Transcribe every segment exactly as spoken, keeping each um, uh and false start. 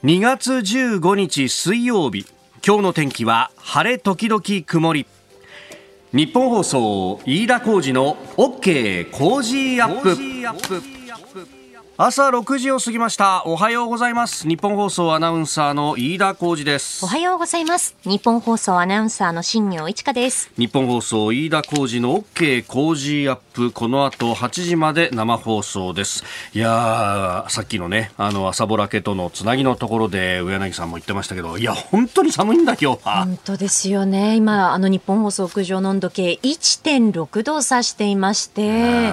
にがつじゅうごにち水曜日、今日の天気は晴れ時々曇り。日本放送飯田浩司の OK 工事アップ。朝ろくじを過ぎました。おはようございます。日本放送アナウンサーの飯田浩司です。 おはようございます。日本放送アナウンサーの新業一華です。 日本放送飯田浩司の OK 工事アップ、この後はちじまで生放送です。いやー、さっきのね、あの朝ぼらけとのつなぎのところで上柳さんも言ってましたけど、いや本当に寒いんだ今日は。 本当ですよね。今あの日本放送屋上の温度計 いってんろくどを指していまして、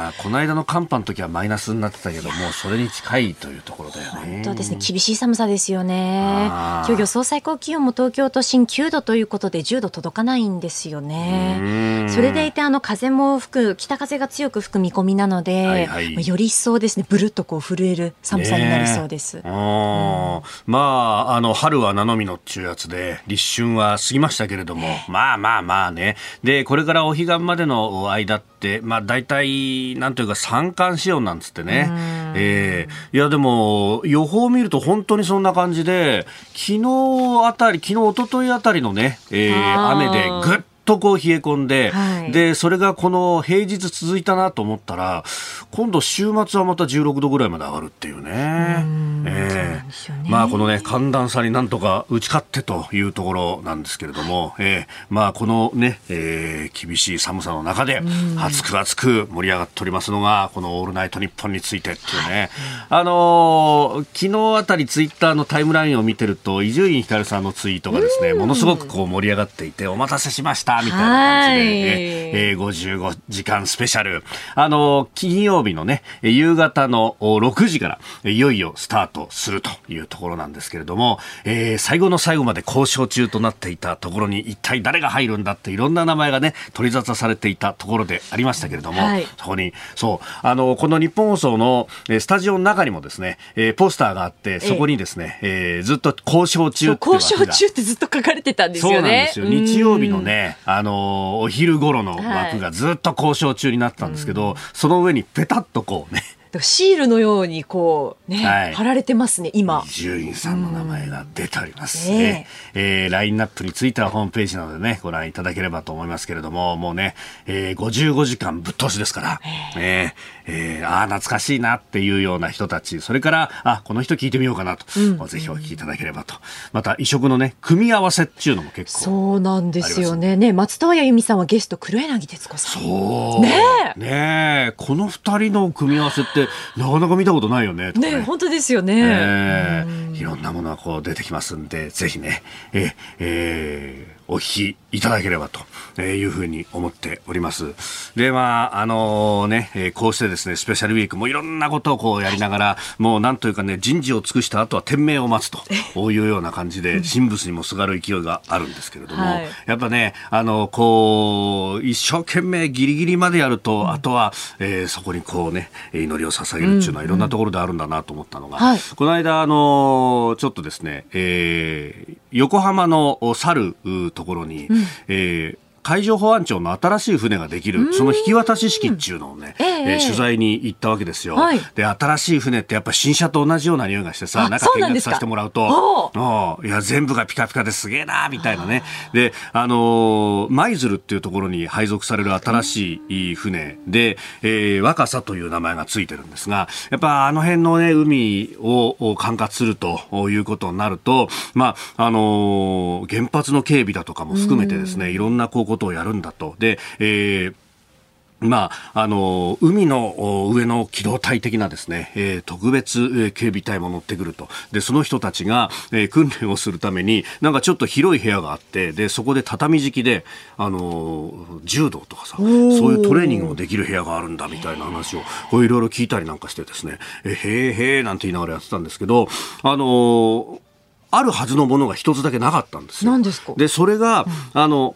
この間の寒波の時はマイナスになってたけど、もうそれに近いというところだよね。 本当ですね。厳しい寒さですよね。今日予想最高気温も東京都心きゅうどということでじゅうど届かないんですよね。それでいてあの風も吹く、北風が強く吹く見込みなので、はいはい、より一層ですね、ブルッとこう震える寒さになりそうです、ね。うん、 まああの春は名のみのっちゅうやつで立春は過ぎましたけれども、まあまあまあね。でこれからお彼岸までの間ってまあ大体なんというか三寒四温なんつってね。えー、いやでも予報を見ると本当にそんな感じで、昨日あたり昨日一昨日あたりのね、えー、雨でぐっとこう冷え込んで、はい、でそれがこの平日続いたなと思ったら、今度週末はまたじゅうろくどぐらいまで上がるっていうね。うえー、まあこのね寒暖差になんとか打ち勝ってというところなんですけれども、はい、えー、まあこのね、えー、厳しい寒さの中で熱く熱く盛り上がっておりますのがこのオールナイトニッポンについてっていうね、はい、あのー、昨日あたりツイッターのタイムラインを見てると伊集院光さんのツイートがですねものすごくこう盛り上がっていて、お待たせしましたみたいな感じで、えー、ごじゅうごじかんスペシャル、あのー、金曜日のね夕方のろくじからいよいよスタートするというところなんですけれども、えー、最後の最後まで交渉中となっていたところに一体誰が入るんだっていろんな名前がね取り沙汰されていたところでありましたけれども、はい、そこにそうあのこの日本放送のスタジオの中にもですね、えー、ポスターがあって、そこにですね、えー、ずっと交渉中って交渉中ってずっと書かれてたんですよね。 そうなんですよ。日曜日のねあのお昼頃の枠がずっと交渉中になってたんですけど、はい、その上にペタッとこうねシールのようにこうね、はい、貼られてますね今。 伊集院さんの名前が出ておりますね。えーえー、ラインナップについてはホームページなどでねご覧いただければと思いますけれども、もうね、えー、ごじゅうごじかんぶっ通しですから、えーえー、ああ懐かしいなっていうような人たち、それからあこの人聞いてみようかなと、うん、ぜひお聞きいただければと。また異色のね組み合わせっていうのも結構そうなんですよね。ね、松任谷由実さんはゲスト黒柳徹子さん。 そうねえねこの二人の組み合わせってなかなか見たことないよねとかね。 ね、本当ですよね。 えー、いろんなものがこう出てきますんで、ぜひね、ええー、お聞きいただければというふうに思っております。で、まああのね、こうしてですねスペシャルウィークもいろんなことをこうやりながら、もうなんというかね人事を尽くした後は天命を待つというような感じで神仏にもすがる勢いがあるんですけれども、はい、やっぱねあのこう一生懸命ギリギリまでやると、うん、あとは、えー、そこにこうね祈りを捧げるっていうのはいろんなところであるんだなと思ったのが、うんうん、この間あのちょっとですね、えー、横浜の去るところに、うん、えー海上保安庁の新しい船ができるその引き渡し式っていうのをね、えーえー、取材に行ったわけですよ、はい、で新しい船ってやっぱ新車と同じような匂いがしてさ、中見学させてもらうといや全部がピカピカですげえなみたいなね。であのー、舞鶴っていうところに配属される新しい船で、えー、若狭という名前がついてるんですが、やっぱあの辺のね海を管轄するということになると、まああのー、原発の警備だとかも含めてですね、いろんなこうことをやるんだと。で、えーまあ、あの海の上の機動隊的なですね、えー、特別、えー、警備隊も乗ってくると。でその人たちが、えー、訓練をするためになんかちょっと広い部屋があって、でそこで畳敷きで、あのー、柔道とかさ、そういうトレーニングもできる部屋があるんだみたいな話をこういろいろ聞いたりなんかしてですね、えー、へーへーなんて言いながらやってたんですけど、あのー、あるはずのものが一つだけなかったんですよ。 何ですか？ でそれが、うん、あの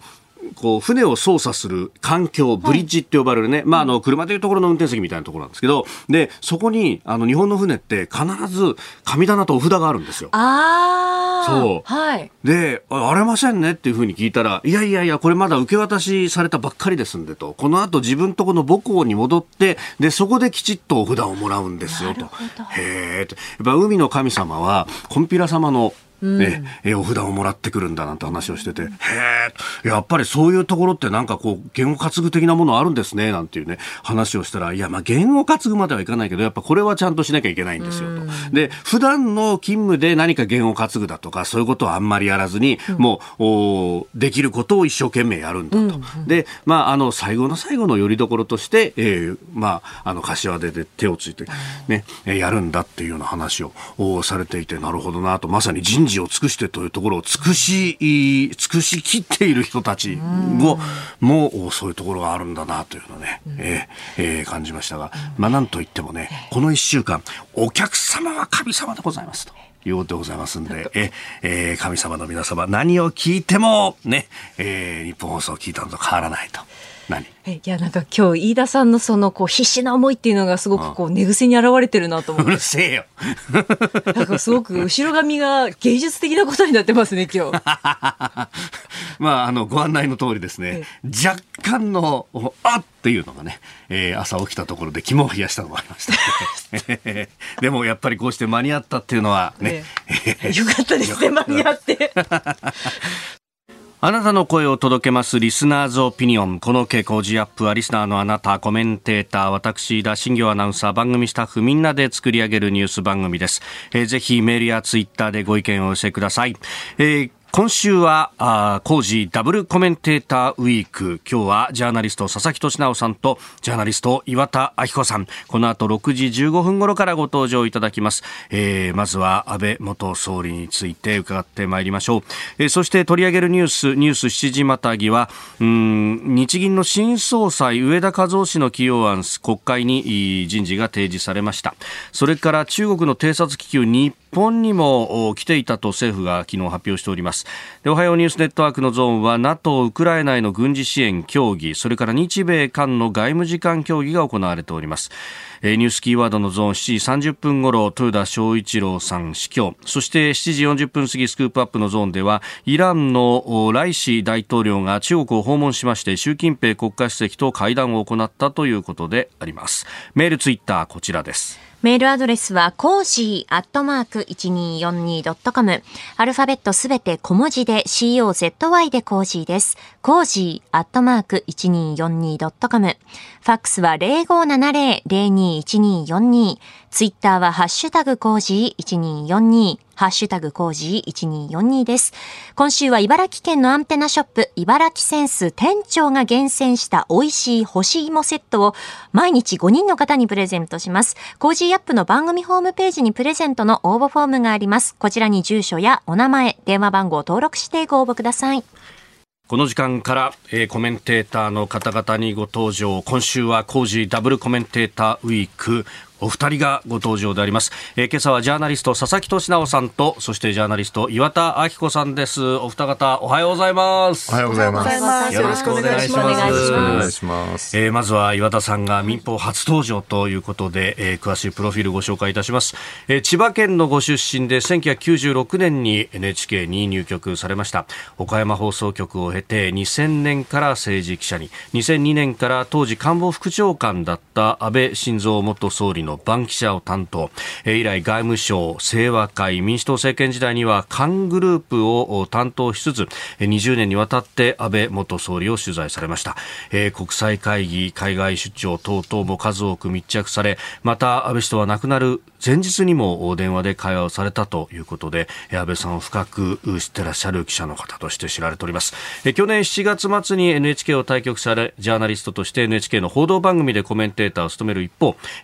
こう船を操作する環境、ブリッジって呼ばれるね、はい、まあ、あの車でいうところの運転席みたいなところなんですけど、でそこにあの日本の船って必ず神棚とお札があるんですよ。 あそう、 はい、 でありませんねっていうふうに聞いたら、いやいやいやこれまだ受け渡しされたばっかりですんでと、この後自分とこの母港に戻って、でそこできちっとお札をもらうんですよと。へー、やっぱ海の神様はコンピラ様のね、うん、お札をもらってくるんだなんて話をしてて、へえ、やっぱりそういうところってなんかこう言語担ぐ的なものあるんですねなんていうね話をしたら、いやまあ言語担ぐまではいかないけど、やっぱこれはちゃんとしなきゃいけないんですよと。で普段の勤務で何か言語担ぐだとかそういうことはあんまりやらずに、うん、もうおできることを一生懸命やるんだと、うんうん、でまああの最後の最後の拠り所として、えー、まああの柏手で手をついてね、やるんだっていうような話をされていて、なるほどなと、まさに人事を尽くしてというところを尽くし尽くしきっている人たちももうそういうところがあるんだなというのをね、えーえー、感じましたが、まあなんといってもね、このいっしゅうかんお客様は神様でございますということでございますんで、え、えー、神様の皆様何を聞いてもね、えー、日本放送を聞いたのと変わらないと。何？ いやなんか今日飯田さんのそのこう必死な思いっていうのがすごくこう寝癖に現れてるなと思って。 うるせえよ。 なんかすごく後ろ髪が芸術的なことになってますね今日。 まああのご案内の通りですね、若干のあっていうのがね、えー、朝起きたところで肝を冷やしたのもありました、ね。でもやっぱりこうして間に合ったっていうのはね、 えー、よかったですね間に合って。 あなたの声を届けますリスナーズオピニオン。この傾向ジアップはリスナーのあなた、コメンテーター、私田新行アナウンサー、番組スタッフみんなで作り上げるニュース番組です。えー、ぜひメールやツイッターでご意見をお寄せください。えー今週はコージーダブルコメンテーターウィーク。今日はジャーナリスト佐々木俊直さんとジャーナリスト岩田明子さん、この後ろくじじゅうごふん頃からご登場いただきます。えー、まずは安倍元総理について伺ってまいりましょう。えー、そして取り上げるニュースニュースしちじまたぎはうーん日銀の新総裁上田和夫氏の起用案、国会に人事が提示されました。それから中国の偵察気球日本にも来ていたと政府が昨日発表しております。でおはようニュースネットワークのゾーンは NATO ウクライナへの軍事支援協議、それから日米韓の外務次官協議が行われております。ニュースキーワードのゾーンしちじさんじゅっぷん頃、豊田章一郎さん死去。そしてしちじよんじゅっぷん過ぎスクープアップのゾーンではイランのライシ大統領が中国を訪問しまして、習近平国家主席と会談を行ったということであります。メールツイッターこちらです。 メールアドレスはコージーアットマーク いちにーよんにードットコム、 アルファベットすべて小文字で シーオーゼットワイ でコージーです。コージーアットマーク いちにーよんにードットコム、 ファックスは ゼロごーななゼロ ゼロにーいちにーよんにー、ツイッターはハッシュタグコージーいちにーよんにー、ハッシュタグコージーいちにーよんにーです。今週は茨城県のアンテナショップ茨城センス店長が厳選した美味しい干し芋セットを毎日ごにんの方にプレゼントします。コージーアップの番組ホームページにプレゼントの応募フォームがあります。こちらに住所やお名前、電話番号を登録してご応募ください。 この時間から、えー、コメンテーターの方々にご登場。今週はコージーダブルコメンテーターウィーク、お二人がご登場であります。えー、今朝はジャーナリスト佐々木俊直さんと、そしてジャーナリスト岩田明子さんです。お二方おはようございます。 おはようございます。 よろしくお願いします。 お願いします。 えー、まずは岩田さんが民放初登場ということで、えー、詳しいプロフィールご紹介いたします。えー、千葉県のご出身でせんきゅうひゃくきゅうじゅうろくねんに エヌエイチケー に入局されました。岡山放送局を経てにせんねんから政治記者に、にせんにねんから当時官房副長官だった安倍晋三元総理の番記者を担当、以来外務省、清和会、民主党政権時代には官グループを担当しつつ、にじゅうねんにわたって安倍元総理を取材されました。国際会議、海外出張等々も数多く密着され、また安倍氏とは亡くなる前日にも電話で会話をされたということで、安倍さんを深く知ってらっしゃる記者の方として知られております。去年しちがつ末に エヌエイチケー を退局され、ジャーナリストとして エヌエイチケー の報道番組でコメンテーターを務める一方、月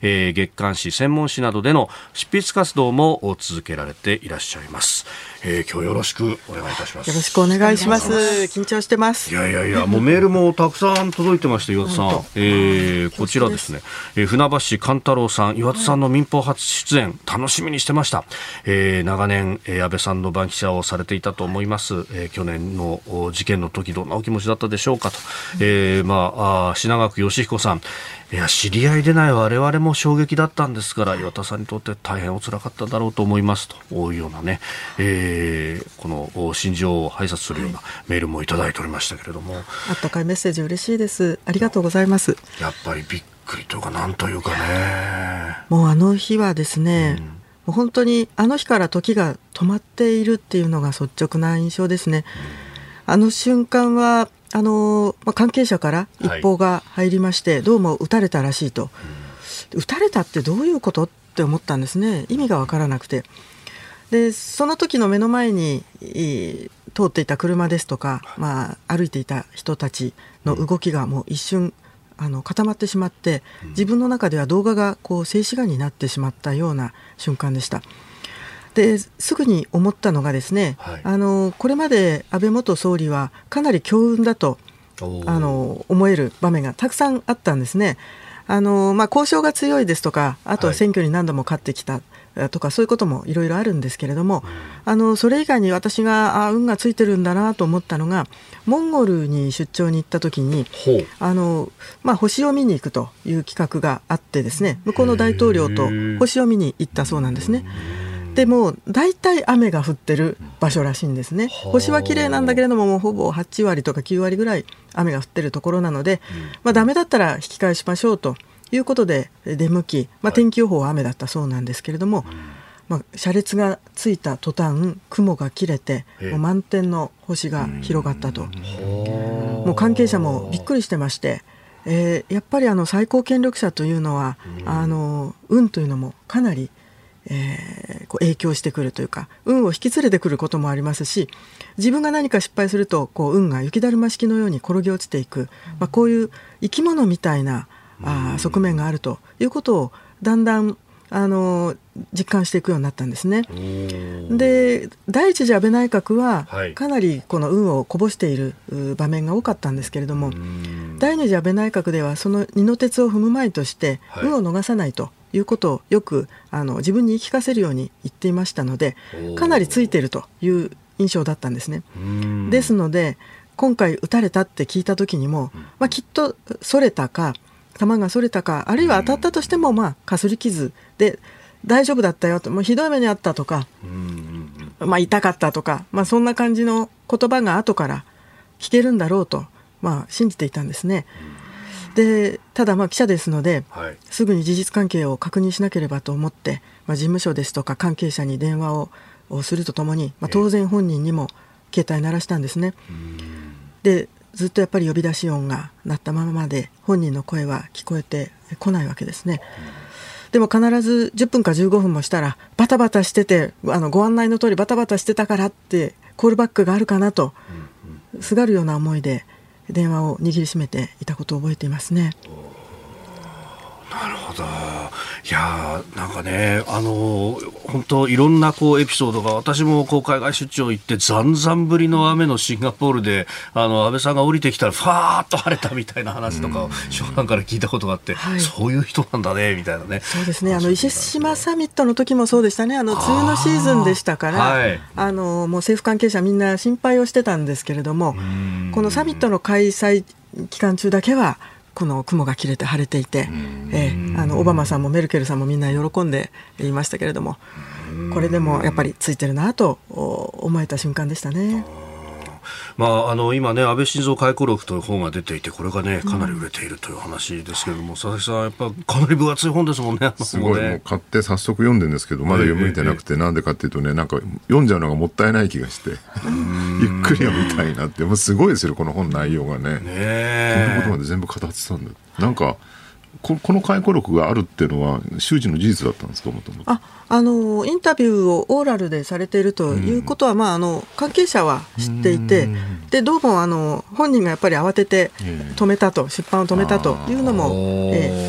月刊誌、専門誌などでの執筆活動も続けられていらっしゃいます。えー、今日よろしくお願いいたします。 よろしくお願いします。緊張してます。 いやいやいや、もうメールもたくさん届いてまして、岩田さん、えー、こちらですね、えー、船橋市勘太郎さん、岩田さんの民放初出演楽しみにしてました。えー、長年、えー、安倍さんの番記者をされていたと思います。えー、去年の事件の時どんなお気持ちだったでしょうかと、えー、まあ、あ品川区義彦さん、いや知り合いでない我々も衝撃だったんですから岩田さんにとって大変お辛かっただろうと思いますというようなね、えー、この心情を拝察するようなメールもいただいておりましたけれども、はい、 あったかいメッセージ嬉しいです。ありがとうございます。 やっぱりびっくりというかなんというかね、 もうあの日はですね、うん、もう本当にあの日から時が止まっているっていうのが率直な印象ですね、うん、あの瞬間はあのまあ、関係者から一報が入りまして、はい、どうも撃たれたらしいと、うん、撃たれたってどういうことって思ったんですね。意味が分からなくて、でその時の目の前に通っていた車ですとか、まあ、歩いていた人たちの動きがもう一瞬あの固まってしまって、自分の中では動画がこう静止画になってしまったような瞬間でした。ですぐに思ったのがですね、はい、あのこれまで安倍元総理はかなり強運だとあの思える場面がたくさんあったんですね。あの、まあ、交渉が強いですとか、あとは選挙に何度も勝ってきたとか、はい、そういうこともいろいろあるんですけれども、うん、あのそれ以外に私があ運がついてるんだなと思ったのが、モンゴルに出張に行った時にあの、まあ、星を見に行くという企画があってですね、向こうの大統領と星を見に行ったそうなんですね。でも大体雨が降ってる場所らしいんですね。星は綺麗なんだけれども、もうほぼはちわりとかきゅうわりぐらい雨が降ってるところなので、まあ、ダメだったら引き返しましょうということで出向き、まあ、天気予報は雨だったそうなんですけれども、まあ、車列がついた途端雲が切れてもう満天の星が広がったと。もう関係者もびっくりしてまして、えー、やっぱりあの最高権力者というのはあの運というのもかなりえー、こう影響してくるというか、運を引き連れてくることもありますし、自分が何か失敗するとこう運が雪だるま式のように転げ落ちていく、まあ、こういう生き物みたいなあ側面があるということをだんだんあの実感していくようになったんですね。で第一次安倍内閣はかなりこの運をこぼしている場面が多かったんですけれども、第二次安倍内閣ではその二の鉄を踏む前として運を逃さないということをよくあの自分に言い聞かせるように言っていましたので、かなりついているという印象だったんですね。ですので今回撃たれたって聞いた時にも、まあ、きっとそれたか弾がそれたか、あるいは当たったとしてもまあかすり傷で大丈夫だったよと、もうひどい目にあったとか、まあ、痛かったとか、まあ、そんな感じの言葉が後から聞けるんだろうと、まあ、信じていたんですね。でただまあ記者ですので、はい、すぐに事実関係を確認しなければと思って、まあ、事務所ですとか関係者に電話をするとともに、まあ、当然本人にも携帯鳴らしたんですね。でずっとやっぱり呼び出し音が鳴ったままで本人の声は聞こえてこないわけですね。でも必ずじゅっぷんかじゅうごふんもしたらバタバタしてて、あのご案内の通りバタバタしてたからってコールバックがあるかなとすがるような思いで電話を握りしめていたことを覚えていますね。 なるほど。いやなんかね、あの本当いろんなこうエピソードが、私もこう海外出張行ってざんざん降りの雨のシンガポールで、あの安倍さんが降りてきたらファーッと晴れたみたいな話とかを秘書官から聞いたことがあって、はい、そういう人なんだねみたいなね。 そうですね、あの伊勢志摩サミットの時もそうでしたね。あの梅雨のシーズンでしたから、はい、あのもう政府関係者みんな心配をしてたんですけれども、このサミットの開催期間中だけはこの雲が切れて晴れていて、えー、あのオバマさんもメルケルさんもみんな喜んでいましたけれども、これでもやっぱりついてるなと思えた瞬間でしたね。 まあ、あの今ね安倍晋三回顧録という本が出ていて、これがねかなり売れているという話ですけれども、うん、佐々木さんやっぱかなり分厚い本ですもんね。 すごい、もう買って早速読んでるんですけど、まだ読めてなくて、なんでかっていうとね、なんか読んじゃうのがもったいない気がしてゆっくり読みたいなって。もうすごいですよこの本内容がね。ねこんなことまで全部語ってたんだ。なんかこ, この回顧録があるっていうのは周知の事実だったんですか。もともとああのインタビューをオーラルでされているということは、うんまあ、あの関係者は知っていて、でどうもあの本人がやっぱり慌てて止めたと、出版を止めたというのも、えい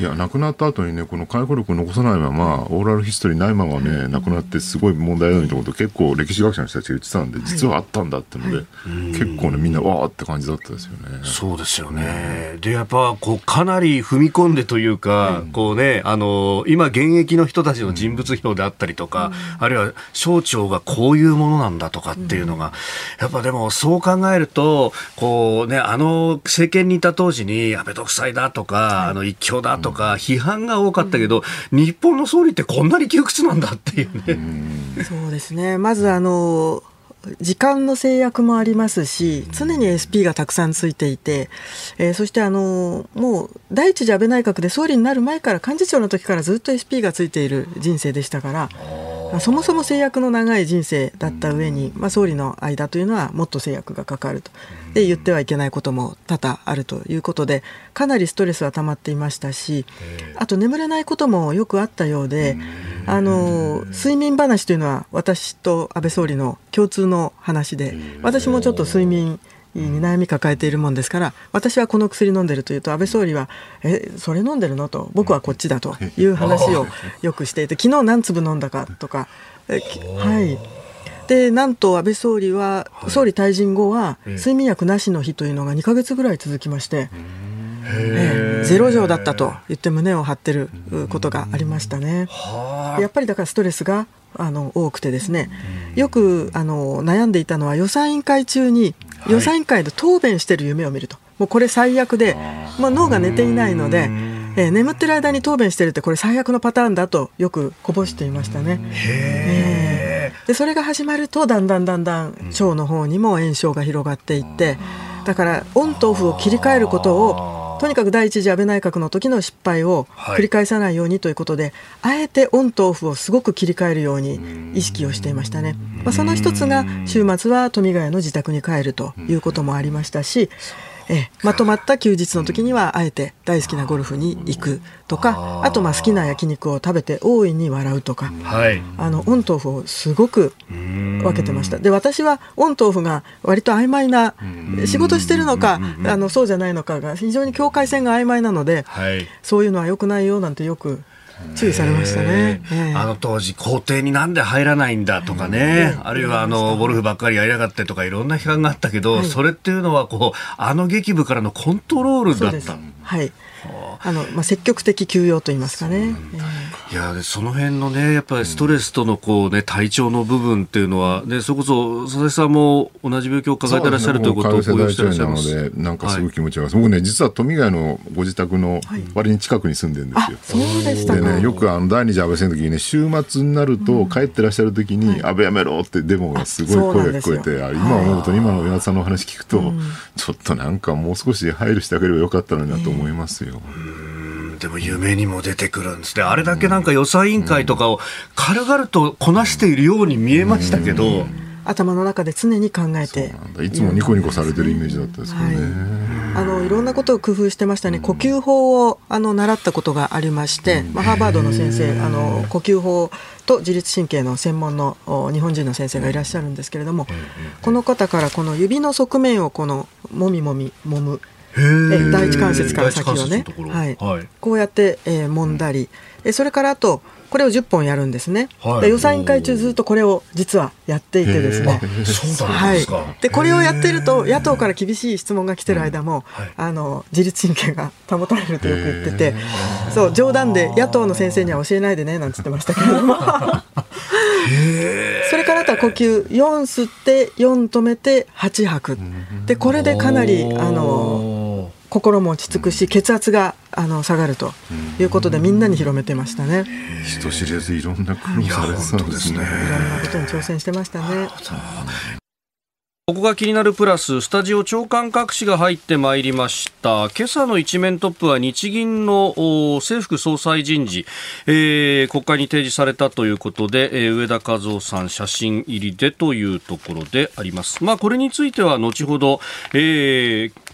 いや亡くなった後にねこの回顧録を残さないままオーラルヒストリーないままね亡くなってすごい問題だみたいなことを結構歴史学者の人たちが言ってたんで実はあったんだってので、はい、結構ねみんなわーって感じだったですよね。 そうですよね。でやっぱこうかなり踏み込んでというか、うん、こうねあの今現役の人たちの人物評であったりとか、うん、あるいは省庁がこういうものなんだとかっていうのが、うん、やっぱでもそう考えるとこうねあの政権にいた当時に安倍独裁だとか、はい、あの一強だとか批判が多かったけど、うん、日本の総理ってこんなに窮屈なんだっていうね、 うん、そうですね。まずあの時間の制約もありますし常に エスピー がたくさんついていて、えー、そしてあのもう第一次安倍内閣で総理になる前から幹事長の時からずっと エスピー がついている人生でしたから、まあ、そもそも制約の長い人生だった上に、まあ、総理の間というのはもっと制約がかかるとで言ってはいけないことも多々あるということでかなりストレスは溜まっていましたしあと眠れないこともよくあったようであの睡眠話というのは私と安倍総理の共通の話で私もちょっと睡眠に悩み抱えているもんですから私はこの薬飲んでるというと安倍総理はえそれ飲んでるのと僕はこっちだという話をよくしていて昨日何粒飲んだかとかえはいでなんと安倍総理は総理退陣後は睡眠薬なしの日というのがにかげつぐらい続きましてええ、ゼロ錠だったと言って胸を張ってることがありましたね。やっぱりだからストレスがあの多くてですねよくあの悩んでいたのは予算委員会中に予算委員会で答弁している夢を見るともうこれ最悪で、まあ、脳が寝ていないので、えー、眠ってる間に答弁してるってこれ最悪のパターンだとよくこぼしていましたね。へー、でそれが始まるとだんだんだんだん腸の方にも炎症が広がっていってだからオンとオフを切り替えることをとにかく第一次安倍内閣の時の失敗を繰り返さないようにということで、はい、あえてオンとオフをすごく切り替えるように意識をしていましたね。まあ、その一つが週末は富ヶ谷の自宅に帰るということもありましたしえまとまった休日の時にはあえて大好きなゴルフに行くとかあとまあ好きな焼肉を食べて大いに笑うとか、はい、あのオンとオフをすごく分けてました。で私はオンとオフが割と曖昧な仕事してるのかあのそうじゃないのかが非常に境界線が曖昧なので、はい、そういうのは良くないよなんてよく注意されましたね。 えー、あの当時校庭になんで入らないんだとかね、あるいはあのゴルフばっかりやりやがってとかいろんな批判があったけど、はい、それっていうのはこうあの劇部からのコントロールだった。 はいあのまあ、積極的休養といいますかね。 いやその辺のねやっぱりストレスとのこう、ね、体調の部分っていうのは、ね、それこそ佐々木さんも同じ病気を抱えていらっしゃるということを公表していらっしゃいます。 なのでなんかすごい気持ちが、はい、僕ね実は富ヶ谷のご自宅の割に近くに住んでるんですよ。 はい、そうでしたか。 でねよくあの第二次安倍戦の時にね週末になると帰ってらっしゃる時に、うん、安倍やめろってデモがすごい声が聞こえて今思うと今の岩田さんのお話聞くと、うん、ちょっとなんかもう少し配慮してあげればよかったのになと思いますよ。 うんでも夢にも出てくるんですね。あれだけなんか予算委員会とかを軽々とこなしているように見えましたけど、うん、 頭の中で常に考えていつもニコニコされてるイメージだったですけどね。はい、 あのいろんなことを工夫してましたね。呼吸法をあの習ったことがありまして、まあ、ハーバードの先生あの呼吸法と自律神経の専門の日本人の先生がいらっしゃるんですけれどもこの方からこの指の側面をこのもみもみもむえ第一関節から先をね、はいはい、こうやって、えー、揉んだり、うん、それからあとこれをじゅっぽんやるんですね。はい、で予算委員会中ずっとこれを実はやっていてですね、 そうなんですか。はい、 でこれをやってると野党から厳しい質問が来てる間も、はい、あの自律神経が保たれるとよく言っててそう冗談で野党の先生には教えないでねなんて言ってましたけれどもそれからあとは呼吸よん吸ってよん止めてはち吐くでこれでかなりあの心も落ち着くし血圧があの下がるということでみんなに広めてましたね。 人知れずいろんな苦労されてたんですね。いろんなことに挑戦してましたね。 ここが気になるプラススタジオ長官各紙が入ってまいりました。今朝の一面トップは日銀の正副総裁人事、えー、国会に提示されたということで、えー、上田和夫さん写真入りでというところであります。まあこれについては後ほど、えー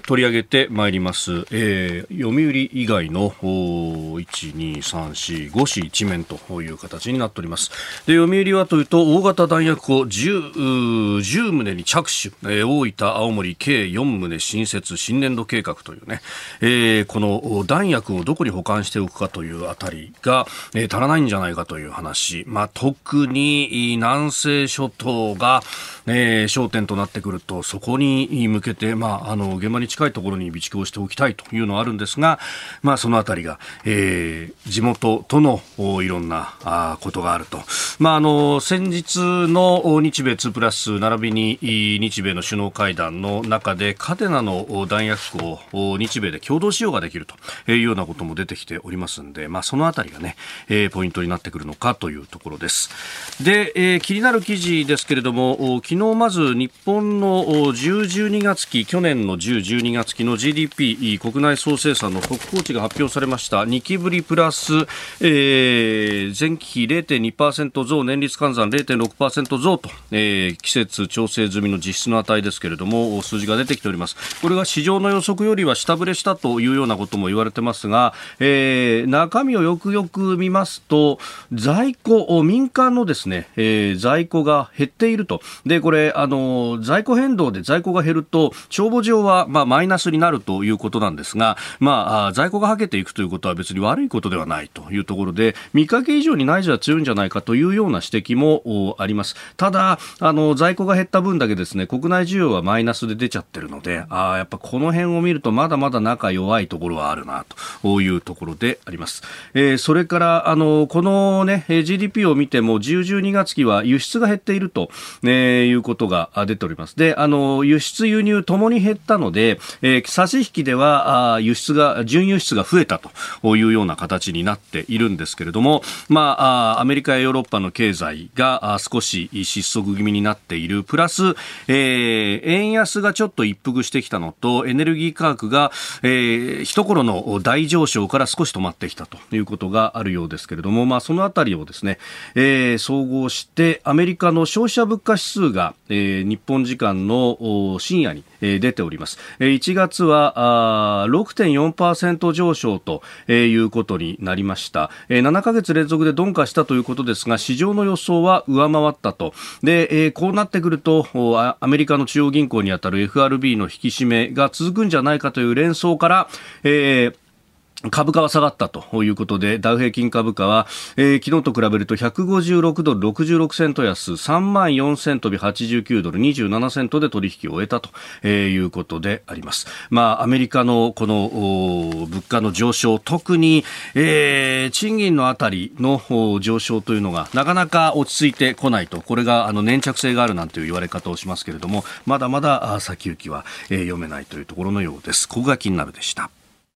取り上げてまいります、えー、読売以外のいち、に、さん、よん、ご紙一面という形になっております。で、読売はというと大型弾薬庫 じゅう, じゅう棟に着手、えー、大分、青森計よん棟新設新年度計画というね、えー、この弾薬をどこに保管しておくかというあたりが、えー、足らないんじゃないかという話、まあ、特に南西諸島が、えー、焦点となってくると、そこに向けて、まあ、あの現場に近いところに備蓄をしておきたいというのはあるんですが、まあ、そのあたりが、えー、地元とのいろんなあことがあると、まあ、あの先日の日米にプラス並びに日米の首脳会談の中で嘉手納の弾薬庫を日米で共同使用ができるというようなことも出てきておりますので、まあ、そのあたりがね、えー、ポイントになってくるのかというところです。で、えー、気になる記事ですけれども、昨日まず日本のじゅう、じゅうにがつ期、去年のじゅう、じゅうにがつ期の ジーディーピー 国内総生産の速報値が発表されました。にきぶりプラス、えー、前期比 れいてんにパーセント 増、年率換算 れいてんろくパーセント 増と、えー、季節調整済みの実質の値ですけれども、数字が出てきております。これが市場の予測よりは下振れしたというようなことも言われてますが、えー、中身をよくよく見ますと、在庫、民間のですね、えー、在庫が減っていると。で、これ、あの、在庫変動で在庫が減ると、帳簿上は、まあ、マイナスになるということなんですが、まあ、在庫がはけていくということは別に悪いことではないというところで、見かけ以上に内需は強いんじゃないかというような指摘もあります。ただ、あの、在庫が減った分だけですね、国内需要はマイナスで出ちゃってるので、あやっぱこの辺を見るとまだまだ中弱いところはあるなというところであります。えー、それから、あの、このね、ジーディーピー を見ても、じゅう、じゅうにがつ期は輸出が減っていると、えー、いうことが出ております。で、あの、輸出輸入ともに減ったので、えー、差し引きでは、あ輸出が、純輸出が増えたというような形になっているんですけれども、まあ、アメリカやヨーロッパの経済が少し失速気味になっている。プラス、えー、円安がちょっと一服してきたのと、エネルギー価格が、えー、一頃の大上昇から少し止まってきたということがあるようですけれども、まあ、そのあたりをですね、えー、総合して、アメリカの消費者物価指数が、えー、日本時間の深夜に、えー、出ております。いちがつは ろくてんよんパーセント 上昇ということになりました。えー、ななかげつ連続で鈍化したということですが、市場の予想は上回ったと。で、えー、こうなってくると、アメリカの中央銀行にあたる エフアールビー の引き締めが続くんじゃないかという連想から、えー株価は下がったということで、ダウ平均株価は、えー、昨日と比べるとひゃくごじゅうろくドルろくじゅうろくセント安、さんまんよんせん飛びはちじゅうきゅうドルにじゅうななセントで取引を終えたということであります。まあ、アメリカのこの物価の上昇、特に、えー、賃金のあたりの上昇というのがなかなか落ち着いてこないと、これがあの粘着性があるなんていう言われ方をしますけれども、まだまだ先行きは、えー、読めないというところのようです。ここが気になるでした。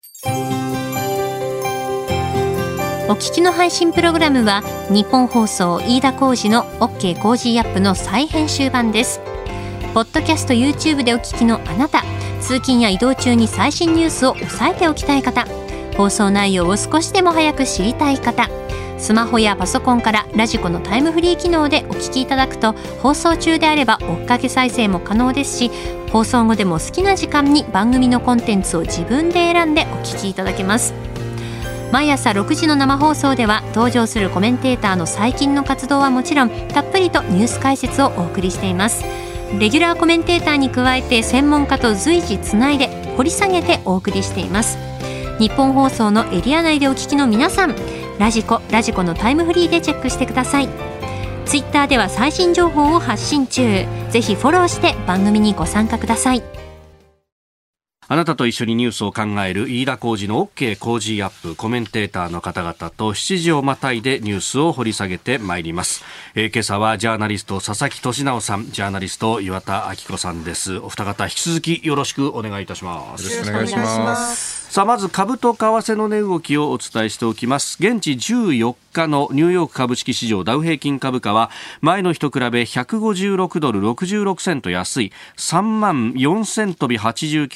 お聞きの配信プログラムは日本放送飯田浩司の OK コージーアップの再編集版です。ポッドキャスト YouTube でお聞きのあなた、通勤や移動中に最新ニュースを押さえておきたい方、放送内容を少しでも早く知りたい方、スマホやパソコンからラジコのタイムフリー機能でお聞きいただくと、放送中であれば追っかけ再生も可能ですし、放送後でも好きな時間に番組のコンテンツを自分で選んでお聞きいただけます。毎朝ろくじの生放送では登場するコメンテーターの最近の活動はもちろん、たっぷりとニュース解説をお送りしています。レギュラーコメンテーターに加えて専門家と随時つないで掘り下げてお送りしています。日本放送のエリア内でお聞きの皆さん、ラジコ、ラジコのタイムフリーでチェックしてください。ツイッターでは最新情報を発信中。ぜひフォローして番組にご参加ください。 あなたと一緒にニュースを考える飯田浩司の OK コージーアップ、コメンテーターの方々としちじをまたいでニュースを掘り下げてまいります。えー、今朝はジャーナリスト佐々木俊直さん、ジャーナリスト岩田明子さんです。お二方引き続きよろしくお願いいたします。 よろしくお願いします。 さあ、まず株と為替の値動きをお伝えしておきます。現地じゅうよっかのニューヨーク株式市場ダウ平均株価は前の日と比べひゃくごじゅうろくドルろくじゅうろくセント安い さんまんよんせん飛びはちじゅうきゅうドル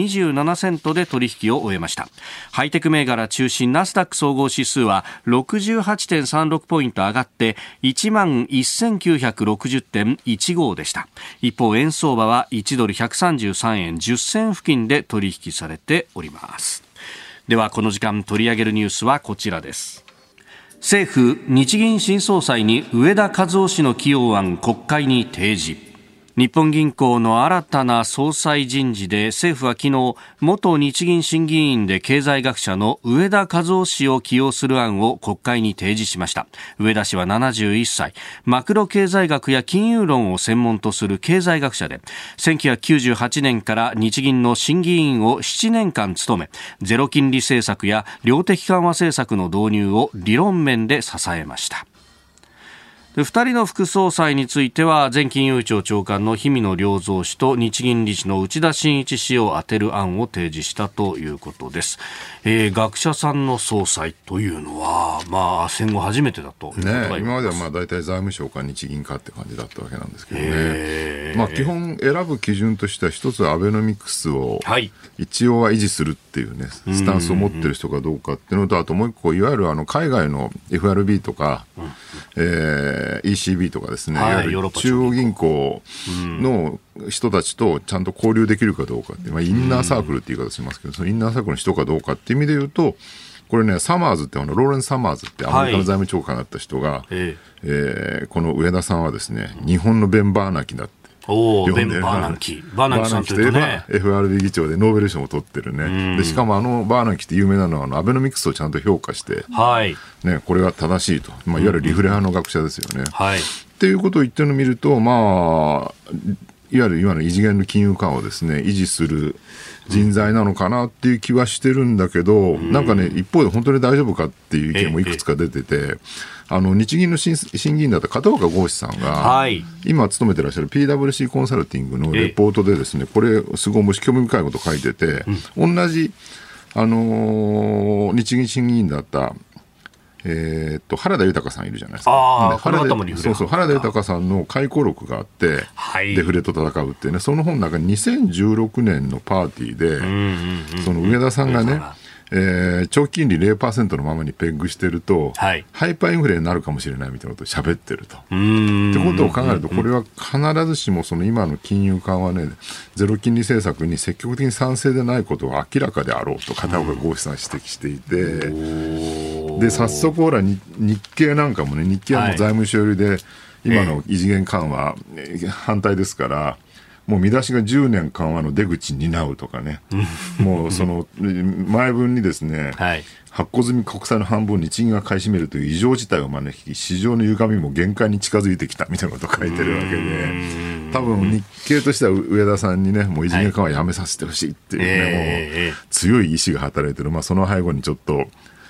にじゅうななセントで取引を終えました。ハイテク銘柄中心ナスダック総合指数は ろくじゅうはちてんさんろく ポイント上がって いちまんせんきゅうひゃくろくじゅってんいちご でした。一方円相場はいちドルひゃくさんじゅうさんえんじゅっせん付近で取引されております。ではこの時間取り上げるニュースはこちらです。政府日銀新総裁に植田和男氏の起用案国会に提示。日本銀行の新たな総裁人事で政府は昨日元日銀審議員で経済学者の植田和男氏を起用する案を国会に提示しました。植田氏はななじゅういっさい、マクロ経済学や金融論を専門とする経済学者でせんきゅうひゃくきゅうじゅうはちねんから日銀の審議員をななねんかん務め、ゼロ金利政策や量的緩和政策の導入を理論面で支えました。ふたりの副総裁については前金融庁長官の氷見野良三氏と日銀理事の内田眞一氏を充てる案を提示したということです。えー、学者さんの総裁というのは、まあ、戦後初めてだということが、 ね、今まではまあ大体財務省か日銀かって感じだったわけなんですけどね、まあ、基本選ぶ基準としては一つはアベノミクスを一応は維持するっていうね、スタンスを持ってる人かどうかっていうのと、あともう一個いわゆるあの海外の エフアールビー とか、うんえー、イーシービー とかですね、はい、いわゆる中央銀行の人たちとちゃんと交流できるかどうかって、まあ、インナーサークルって言い方しますけど、そのインナーサークルの人かどうかっていう意味で言うと、これね、サマーズってあのローレンス・サマーズってアメリカの財務長官だった人が、はいええー、この植田さんはですね、日本のベン・バーナキだっておーベン・バーナンキバーナンキさんというとねエフアールビー 議長でノーベル賞を取ってるね。でしかもあのバーナンキって有名なのはあのアベノミクスをちゃんと評価して、はいね、これが正しいと、まあ、いわゆるリフレ派の学者ですよね、はい、っていうことを言ってるのを見ると、まあ、いわゆる今の異次元の金融緩和をですね維持する人材なのかなっていう気はしてるんだけど、うん、なんかね一方で本当に大丈夫かっていう意見もいくつか出てて、あの日銀の審議員だった片岡剛志さんが、はい、今勤めてらっしゃる ピーダブリューシー コンサルティングのレポートでですね、これすごい面興味深いこと書いてて、うん、同じ、あのー、日銀審議員だったえー、っと原田豊さんいるじゃないですか。 あ原田そうそう原田豊さんの回顧録があって、はい、デフレと戦うってね、その本の中ににせんじゅうろくねんのパーティーで、うんうんうん、その植田さんがね、えー、長期金利 ゼロパーセント のままにペッグしてると、はい、ハイパーインフレになるかもしれないみたいなことを喋ってると。うーんってことを考えると、これは必ずしもその今の金融緩和ね、ゼロ金利政策に積極的に賛成でないことは明らかであろうと片岡剛志さんは指摘していて、で早速ほら日経なんかもね、日経はもう財務省寄りで、はい、今の異次元緩和、えー、反対ですから、もう見出しがじゅうねん緩和の出口に担うとかねもうその前文にですね、はい、発行済み国債の半分を日銀が買い占めるという異常事態を招き、市場の歪みも限界に近づいてきたみたいなことを書いてるわけで、多分日経としては植田さんにね、もう異次元緩和やめさせてほしいっていうね、はい、もう強い意志が働いてる、まあ、その背後にちょっと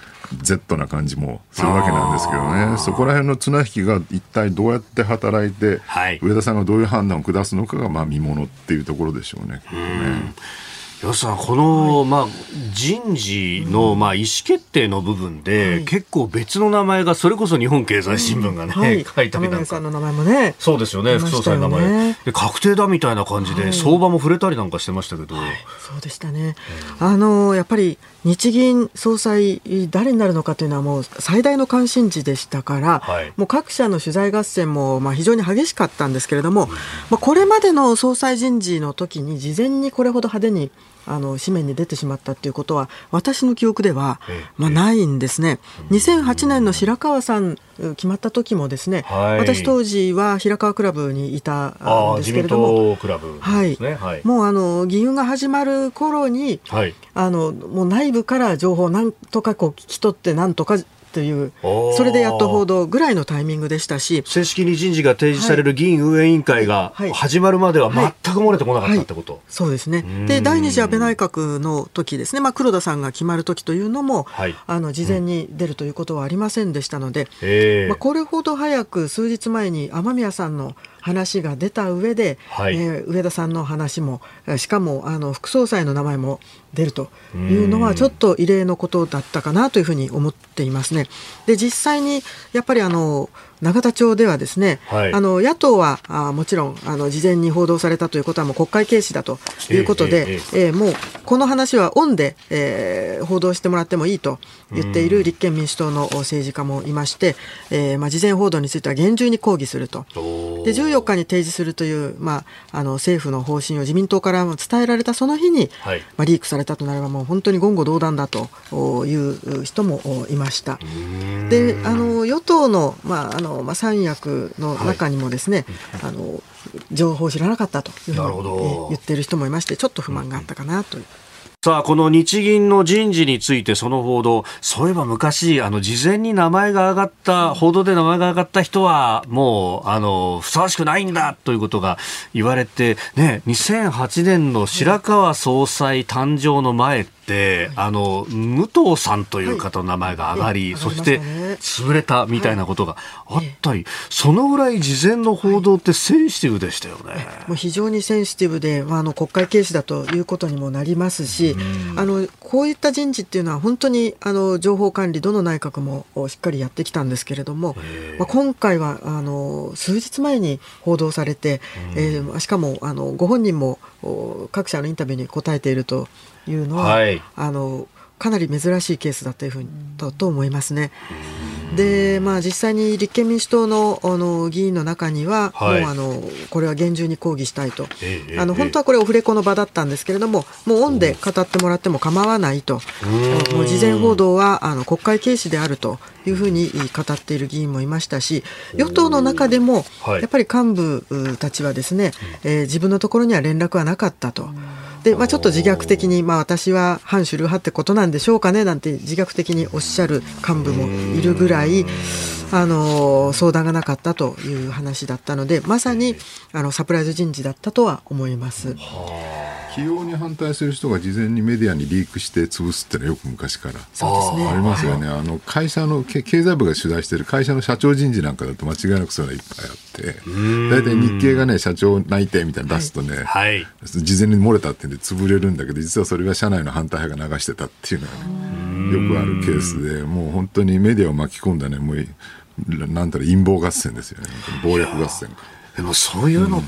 Z な感じもするわけなんですけどね、そこら辺の綱引きが一体どうやって働いて、はい、植田さんがどういう判断を下すのかがまあ見ものっていうところでしょうね。 よさん、この、はい、まあ、人事の、まあ、意思決定の部分で、はい、結構別の名前が、それこそ日本経済新聞がね、うんはい、書いたりなんか。 さんの名前もね。 そうですよね、副総裁の名前。で、確定だみたいな感じで、はい、相場も触れたりなんかしてましたけど。はい、 そうでしたね。うん、あの、やっぱり、日銀総裁誰になるのかというのはもう最大の関心事でしたから、はい、もう各社の取材合戦もまあ非常に激しかったんですけれども、うん、まあ、これまでの総裁人事の時に事前にこれほど派手にあの紙面に出てしまったということは私の記憶では、まあ、ないんですね。にせんはちねんの白川さん決まった時もですね、はい、私当時は平川クラブにいたんですけれども、 自民党クラブですね、 はいはい、もうあの議運が始まる頃に、はい、あのもう内部から情報をなんとかこう聞き取ってなんとかというそれでやっと報道ぐらいのタイミングでしたし、 正式に人事が提示される議員運営委員会が始まるまでは全く漏れてこなかったってこと、はいはいはい、 そうですね。で第二次安倍内閣の時ですね、まあ、黒田さんが決まる時というのも、はい、あの事前に出るということはありませんでしたので、うん、まあ、これほど早く数日前に雨宮さんの話が出た上で、はい、えー、植田さんの話もしかもあの副総裁の名前も出るというのはちょっと異例のことだったかなというふうに思っていますね。で実際にやっぱりあの永田町ではですね、 はい、 あの野党はあもちろんあの事前に報道されたということはもう国会軽視だということで、えーえーえー、もうこの話はオンで、えー、報道してもらってもいいと言っている立憲民主党の政治家もいまして、えーまあ、事前報道については厳重に抗議すると。でじゅうよっかに提示するという、まあ、あの政府の方針を自民党から伝えられたその日に、はい、まあ、リークされたとなればもう本当に言語道断だという人もいました。であの与党の、まああのまあ、三役の中にもですね、はい、あの情報を知らなかったというふうに言っている人もいまして、ちょっと不満があったかなという。 さあ、この日銀の人事についてその報道、そういえば昔あの事前に名前が挙がった報道で名前が挙がった人はもうあのふさわしくないんだということが言われて、ね、にせんはちねんの白川総裁誕生の前ってあの武藤さんという方の名前が上がり、はい、そして潰れたみたいなことがあったり、はい、そのぐらい事前の報道ってセンシティブでしたよね。 もう非常にセンシティブで、まあ、あの国会軽視だということにもなりますし、あのこういった人事っていうのは本当にあの情報管理どの内閣もしっかりやってきたんですけれども、まあ、今回はあの数日前に報道されて、えー、しかもあのご本人も各社のインタビューに答えているというのは、はい、あのかなり珍しいケースだというふうに と, と思いますね。で、まあ、実際に立憲民主党 の, あの議員の中には、はい、もうあのこれは厳重に抗議したいと、ええ、あの本当はこれオフレコの場だったんですけれども、もうオンで語ってもらっても構わないと、もう事前報道はあの国会軽視であるというふうに語っている議員もいましたし、与党の中でもやっぱり幹部たちはですね、えー、自分のところには連絡はなかったと。でまあ、ちょっと自虐的に、まあ、私は反主流派ってことなんでしょうかねなんて自虐的におっしゃる幹部もいるぐらい、あの相談がなかったという話だったので、まさにあのサプライズ人事だったとは思います。 起用に反対する人が事前にメディアにリークして潰すってのはよく昔からそうですね、 ありますよね。あの会社の経済部が取材している会社の社長人事なんかだと間違いなくそういうのがいっぱいあって、大体日経がね社長内定みたいなの出すとね、はい、事前に漏れたってんで潰れるんだけど、実はそれは社内の反対派が流してたっていうのは、ね、よくあるケースで、もう本当にメディアを巻き込んだね、もうなんたら陰謀合戦ですよね。暴力合戦。 でもそういうのって、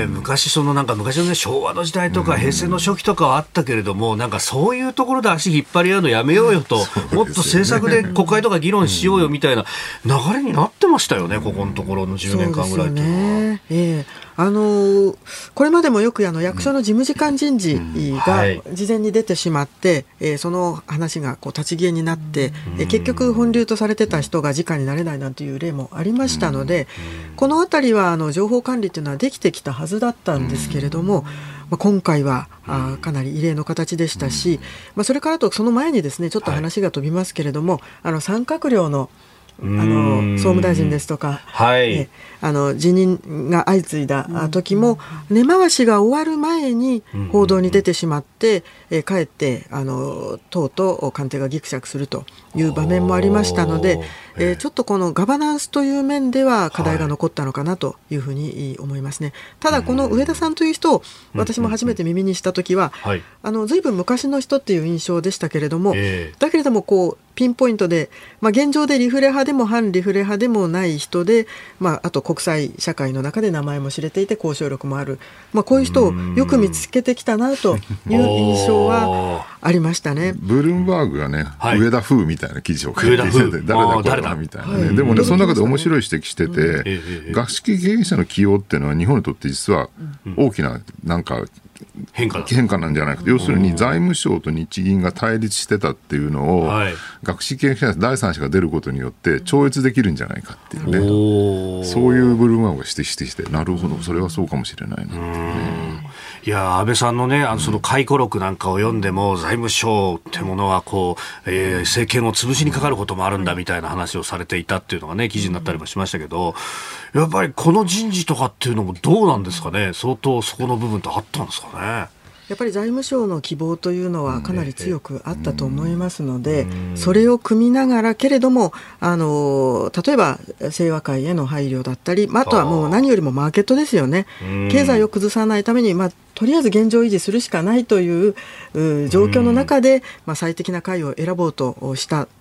うん、昔そのなんか昔のね昭和の時代とか平成の初期とかはあったけれども、うん、なんかそういうところで足引っ張り合うのやめようよと、うん、もっと政策で国会とか議論しようよみたいな流れになってましたよね、うん、ここのところのじゅうねんかんぐらいっていうのは。そうですよね、 えーあのこれまでもよくあの役所の事務次官人事が事前に出てしまって、えー、その話がこう立ち消えになって、えー、結局本流とされてた人が次官になれないなんていう例もありましたので、このあたりはあの情報管理というのはできてきたはずだったんですけれども、まあ、今回はあかなり異例の形でしたし、まあ、それからとその前にですねちょっと話が飛びますけれども、はい、あの三閣僚のあの総務大臣ですとか、はいえあの辞任が相次いだ時も根回しが終わる前に報道に出てしまって、えかえってあの党と官邸がぎくしゃくするという場面もありましたので、えー、ちょっとこのガバナンスという面では課題が残ったのかなというふうに思いますね。ただこの上田さんという人を私も初めて耳にした時は、はい、あの随分昔の人っていう印象でしたけれども、えー、だけれどもこうピンポイントで、まあ、現状でリフレ派でも反リフレ派でもない人で、まあ、あと国際社会の中で名前も知れていて交渉力もある、まあ、こういう人をよく見つけてきたなという印象はありましたね。 ブルームバーグがね、はい、上田風みたいな記事を書いていて、誰だこれはみたいなね、はい、でもねその中で面白い指摘してて、うん、学識経営者の起用っていうのは日本にとって実は大きななんか変化, 変化なんじゃないかと。要するに財務省と日銀が対立してたっていうのを、はい、学識経営者第三者が出ることによって超越できるんじゃないかっていうね、そういうブルームバーグが指摘してきて、なるほどそれはそうかもしれないなっていうね。 いや安倍さんのねあのその回顧録なんかを読んでも、財務省ってものはこう、えー、政権を潰しにかかることもあるんだみたいな話をされていたっていうのがね記事になったりもしましたけど、やっぱりこの人事とかっていうのもどうなんですかね。相当そこの部分ってあったんですかね。 やっぱり財務省の希望というのはかなり強くあったと思いますので、それを組みながらけれどもあの例えば清和会への配慮だったり、あとはもう何よりもマーケットですよね。経済を崩さないために、まあ、とりあえず現状維持するしかないという状況の中で、まあ、最適な会を選ぼうとした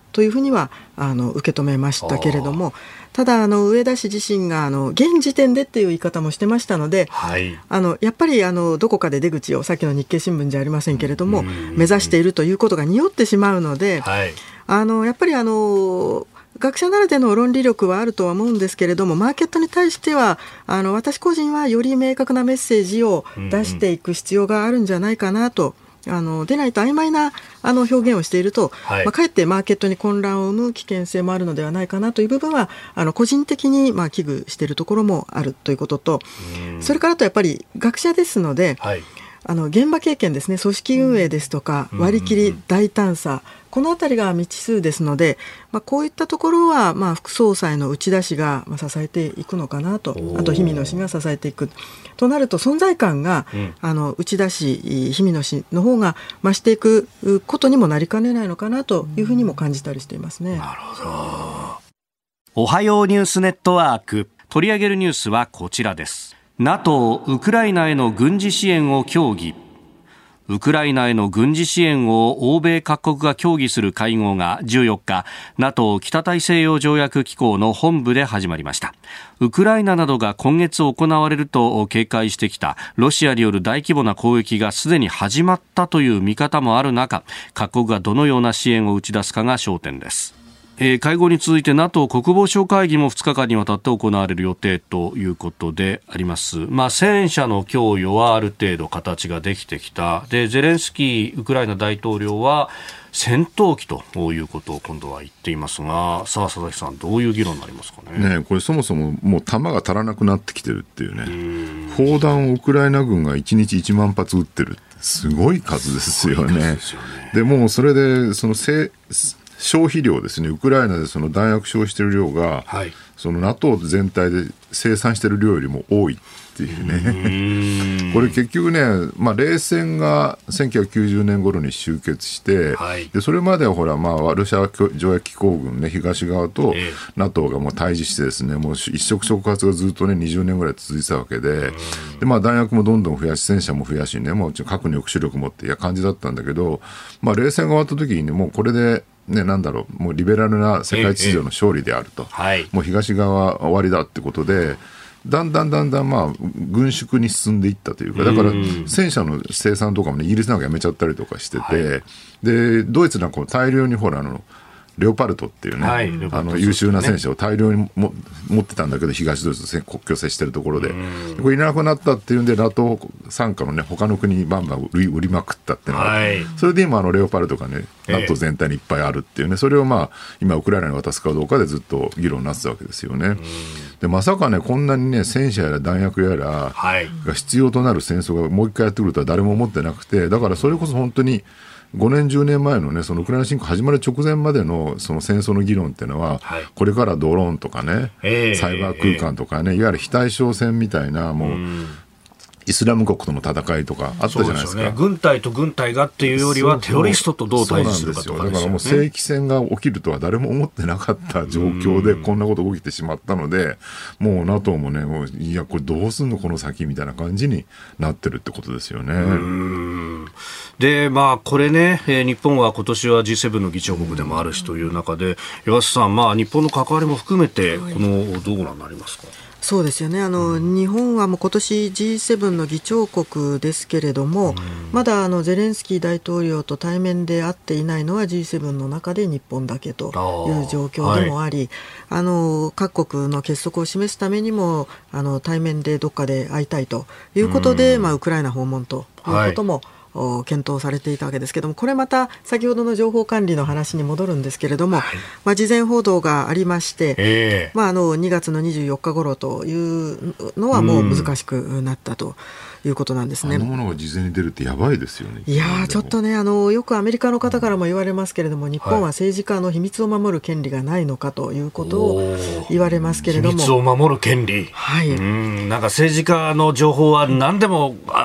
というふうにはあの受け止めましたけれども、ただあの上田氏自身があの現時点でっていう言い方もしてましたので、はい、あのやっぱりあのどこかで出口をさっきの日経新聞じゃありませんけれども目指しているということが匂ってしまうので、はい、あのやっぱりあの学者ならでの論理力はあるとは思うんですけれども、マーケットに対してはあの私個人はより明確なメッセージを出していく必要があるんじゃないかなと、あのでないと曖昧なあの表現をしていると、はい、まあ、かえってマーケットに混乱を生む危険性もあるのではないかなという部分はあの個人的にまあ危惧しているところもあるということと、それからとやっぱり学者ですので、はい、あの現場経験ですね、組織運営ですとか割り切り、大胆さ、このあたりが未知数ですので、まあ、こういったところはまあ副総裁の内田氏がまあ支えていくのかなと、あと氷見野氏が支えていくとなると、存在感が、うん、あの内田氏、氷見野氏の方が増していくことにもなりかねないのかなというふうにも感じたりしていますね。 なるほど。おはようニュースネットワーク、取り上げるニュースはこちらです。 NATO ウクライナへの軍事支援を協議。ウクライナへの軍事支援を欧米各国が協議する会合がじゅうよっか NATO 北大西洋条約機構の本部で始まりました。ウクライナなどが今月行われると警戒してきたロシアによる大規模な攻撃がすでに始まったという見方もある中、各国がどのような支援を打ち出すかが焦点です。えー、会合に続いて NATO 国防相会議もふつかかんにわたって行われる予定ということであります。まあ、戦車の供与はある程度形ができてきた。で、ゼレンスキーウクライナ大統領は戦闘機ということを今度は言っていますが、さあ佐々木さん、どういう議論になりますか ね, ねこれそもそももう弾が足らなくなってきてるっていうね、砲弾をウクライナ軍がいちにちいちまんぱつ撃ってるってすごい数ですよね。でもうそれでそのせ消費量ですね、ウクライナでその弾薬消費している量が、はい、その NATO 全体で生産している量よりも多いっていうね。これ結局ね、まあ、冷戦がせんきゅうひゃくきゅうじゅうねん頃に終結して、はい、でそれまではほら、まあ、ロシア条約機構軍、ね、東側と NATO がもう対峙してですね、もう一触触発がずっと、ね、にじゅうねんぐらい続いてたわけで、で、まあ、弾薬もどんどん増やし、戦車も増やし、ね、もう核の抑止力もっていう感じだったんだけど、まあ、冷戦が終わった時に、ね、もうこれでね、なんだろう、もうリベラルな世界秩序の勝利であると、ええはい、もう東側は終わりだってことで、だんだんだんだんまあ軍縮に進んでいったというか、だから戦車の生産とかも、ね、イギリスなんかやめちゃったりとかしてて、はい、でドイツなんかも大量にほらあのレオパルトっていうね、はい、あの優秀な戦車を大量にも持ってたんだけど、東ドイツと国境接してるところで、これいなくなったっていうんで NATO 傘下のね他の国にバンバン売り、売りまくったっていうのが、はい、それで今あのレオパルトがね NATO 全体にいっぱいあるっていうね、それをまあ今ウクライナに渡すかどうかでずっと議論になってたわけですよね。でまさかねこんなにね戦車やら弾薬やらが必要となる戦争がもう一回やってくるとは誰も思ってなくて、だからそれこそ本当にごねんじゅうねんまえのねそのウクライナ侵攻始まる直前までのその戦争の議論っていうのは、はい、これからドローンとかね、えー、サイバー空間とかね、えー、いわゆる非対称戦みたいなもう、うんイスラム国との戦いとかあったじゃないですか。そうですよね、軍隊と軍隊がっていうよりはテロリストとどう対峙するかとかですよね。だからもう正規戦が起きるとは誰も思ってなかった状況でこんなことが起きてしまったので、もう NATO もねもういやこれどうすんのこの先みたいな感じになってるってことですよね。 うんでまあこれね、えー、日本は今年は ジーセブン の議長国でもあるしという中で、岩瀬さん、まあ、日本の関わりも含めてこのどうご覧になりますか。 そうですよね、あの、うん、日本はもう今年 ジーセブン の議長国ですけれども、うん、まだあのゼレンスキー大統領と対面で会っていないのは ジーセブン の中で日本だけという状況でもあり、はい、あの各国の結束を示すためにもあの対面でどっかで会いたいということで、うんまあ、ウクライナ訪問ということも、はい検討されていたわけですけれども、これまた先ほどの情報管理の話に戻るんですけれども、はいまあ、事前報道がありまして、えーまあ、あのにがつのにじゅうよっか頃というのはもう難しくなったということなんですね。 あのものが事前に出るってやばいですよね。 いやーちょっとねあのよくアメリカの方からも言われますけれども、日本は政治家の秘密を守る権利がないのかということを言われますけれども、 秘密を守る権利、はい、うんなんか政治家の情報は何でも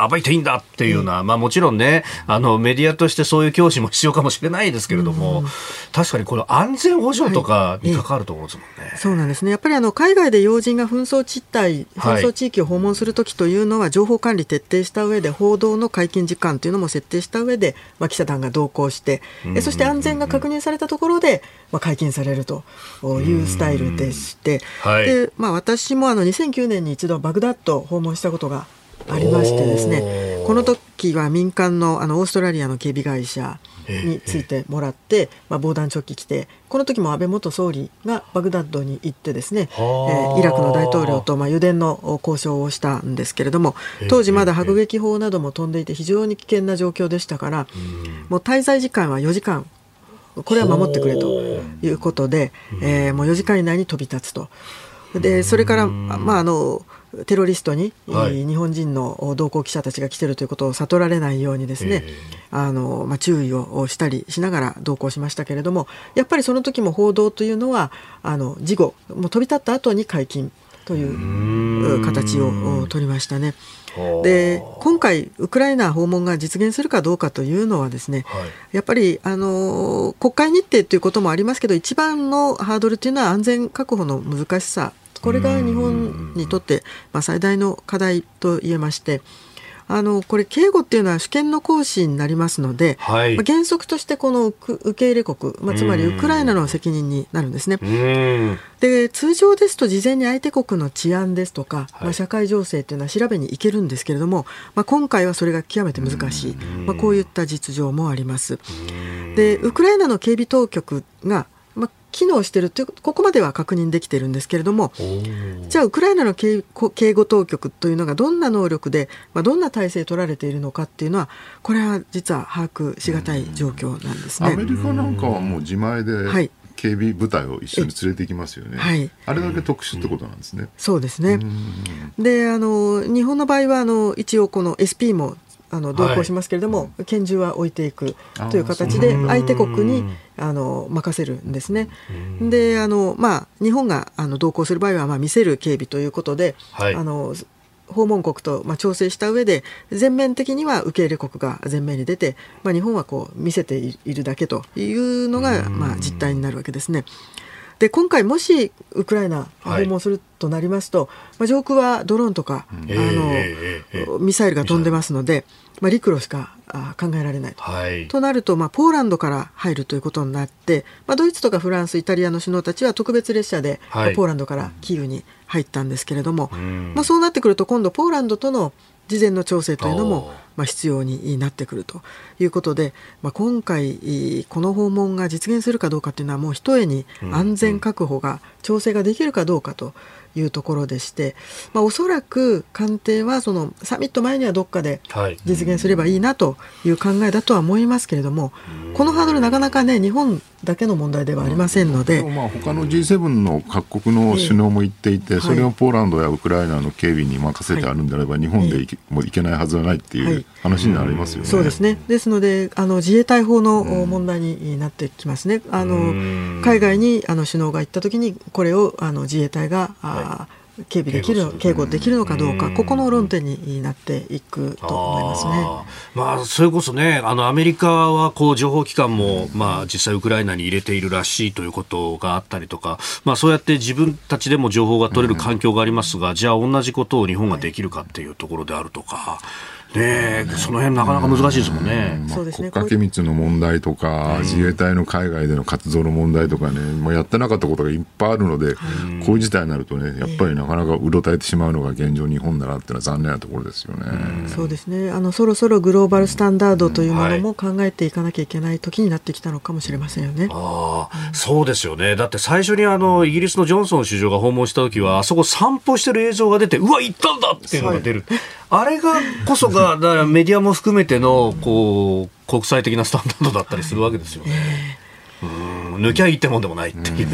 は暴いていいんだっていうような、まあ、もちろんねあのメディアとしてそういう教師も必要かもしれないですけれども、うん、確かにこの安全保障とかに関わると思うんですもんね、はい、 そうなんですね。やっぱりあの海外で要人が紛争地帯紛争地域を訪問するときというのは情報管理徹底した上で報道の解禁時間というのも設定した上で、まあ、記者団が同行して、うん、そして安全が確認されたところで、まあ、解禁されるというスタイルでして、はい、でまあ、私もあのにせんきゅうねんに一度バグダッドを訪問したことがありましてですね、この時は民間 の, あのオーストラリアの警備会社についてもらって、まあ、防弾チョッキ着て、この時も安倍元総理がバグダッドに行ってですね、えー、イラクの大統領とまあ油田の交渉をしたんですけれども、当時まだ迫撃砲なども飛んでいて非常に危険な状況でしたから、もう滞在時間はよじかん、これは守ってくれということで、えー、もうよじかん以内に飛び立つと。でそれから、まあ、あのテロリストに、はい、日本人の同行記者たちが来ているということを悟られないようにですね、あの、まあ、注意をしたりしながら同行しましたけれども、やっぱりその時も報道というのはあの事後もう飛び立った後に解禁という形を取りましたね。で今回ウクライナ訪問が実現するかどうかというのはですね、はい、やっぱりあの国会日程ということもありますけど、一番のハードルというのは安全確保の難しさ、これが日本にとって、まあ、最大の課題と言えまして、あのこれ警護っていうのは主権の行使になりますので、はい、まあ、原則としてこの受け入れ国、まあ、つまりウクライナの責任になるんですね。で通常ですと事前に相手国の治安ですとか、はい、まあ、社会情勢というのは調べに行けるんですけれども、まあ、今回はそれが極めて難しい、まあ、こういった実情もあります。でウクライナの警備当局がまあ、機能しているというここまでは確認できているんですけれども、じゃあウクライナの警護当局というのがどんな能力で、まあ、どんな体制取られているのかっていうのは、これは実は把握しがたい状況なんですね。 アメリカなんかはもう自前で、はい、警備部隊を一緒に連れて行きますよね、はい、あれだけ特殊ってことなんですね。 そうですね。であの日本の場合はあの一応この エスピー もあの同行しますけれども、はい、拳銃は置いていくという形で相手国にあの任せるんですね。であの、まあ、日本があの同行する場合は、まあ、見せる警備ということで、はい、あの訪問国と、まあ、調整した上で全面的には受け入れ国が前面に出て、まあ、日本はこう見せているだけというのが、まあ、実態になるわけですね。で今回もしウクライナ訪問するとなりますと、はい、まあ、上空はドローンとか、うん、あのえーえー、ミサイルが飛んでますので、まあ、陸路しか考えられないと、はい、となると、まあ、ポーランドから入るということになって、まあ、ドイツとかフランスイタリアの首脳たちは特別列車で、はい、まあ、ポーランドからキーウに入ったんですけれども、うん、まあ、そうなってくると今度ポーランドとの事前の調整というのも、まあ、必要になってくるということで、まあ、今回この訪問が実現するかどうかというのはもうひとえに安全確保が調整ができるかどうかというところでして、まあ、おそらく官邸はそのサミット前にはどっかで実現すればいいなという考えだとは思いますけれども、このハードルなかなかね日本だけの問題ではありませんので、 うん、まあ、他の ジーセブン の各国の首脳も言っていて、えー、それをポーランドやウクライナの警備に任せてあるんであれば、はい、日本でいけ、もういけないはずはないっていう話になりますよね。 そうですね。ですのであの自衛隊法の問題になってきますね。あの海外にあの首脳が行ったときにこれをあの自衛隊が、はい、警備できる警護できるのかどうか、ここの論点になっていくと思いますね。 あ、まあ、それこそねあのアメリカはこう情報機関も、まあ、実際ウクライナに入れているらしいということがあったりとか、まあ、そうやって自分たちでも情報が取れる環境がありますが、じゃあ同じことを日本ができるかっていうところであるとか、ね、その辺なかなか難しいですもんね。 まあ、国家機密の問題とか自衛隊の海外での活動の問題とかね、もうやってなかったことがいっぱいあるので、こういう事態になるとねやっぱりなかなかうろたえてしまうのが現状日本だなっていうのは残念なところですよね。 そうですね。あのそろそろグローバルスタンダードというものも考えていかなきゃいけない時になってきたのかもしれませんよね。 あ、うん、そうですよね。だって最初にあのイギリスのジョンソン首相が訪問した時はあそこ散歩してる映像が出て、うわ行ったんだっていうのが出る、はい、あれがこそがだからメディアも含めてのこう国際的なスタンダードだったりするわけですよね。うん、抜きゃいいってもんでもないっていう、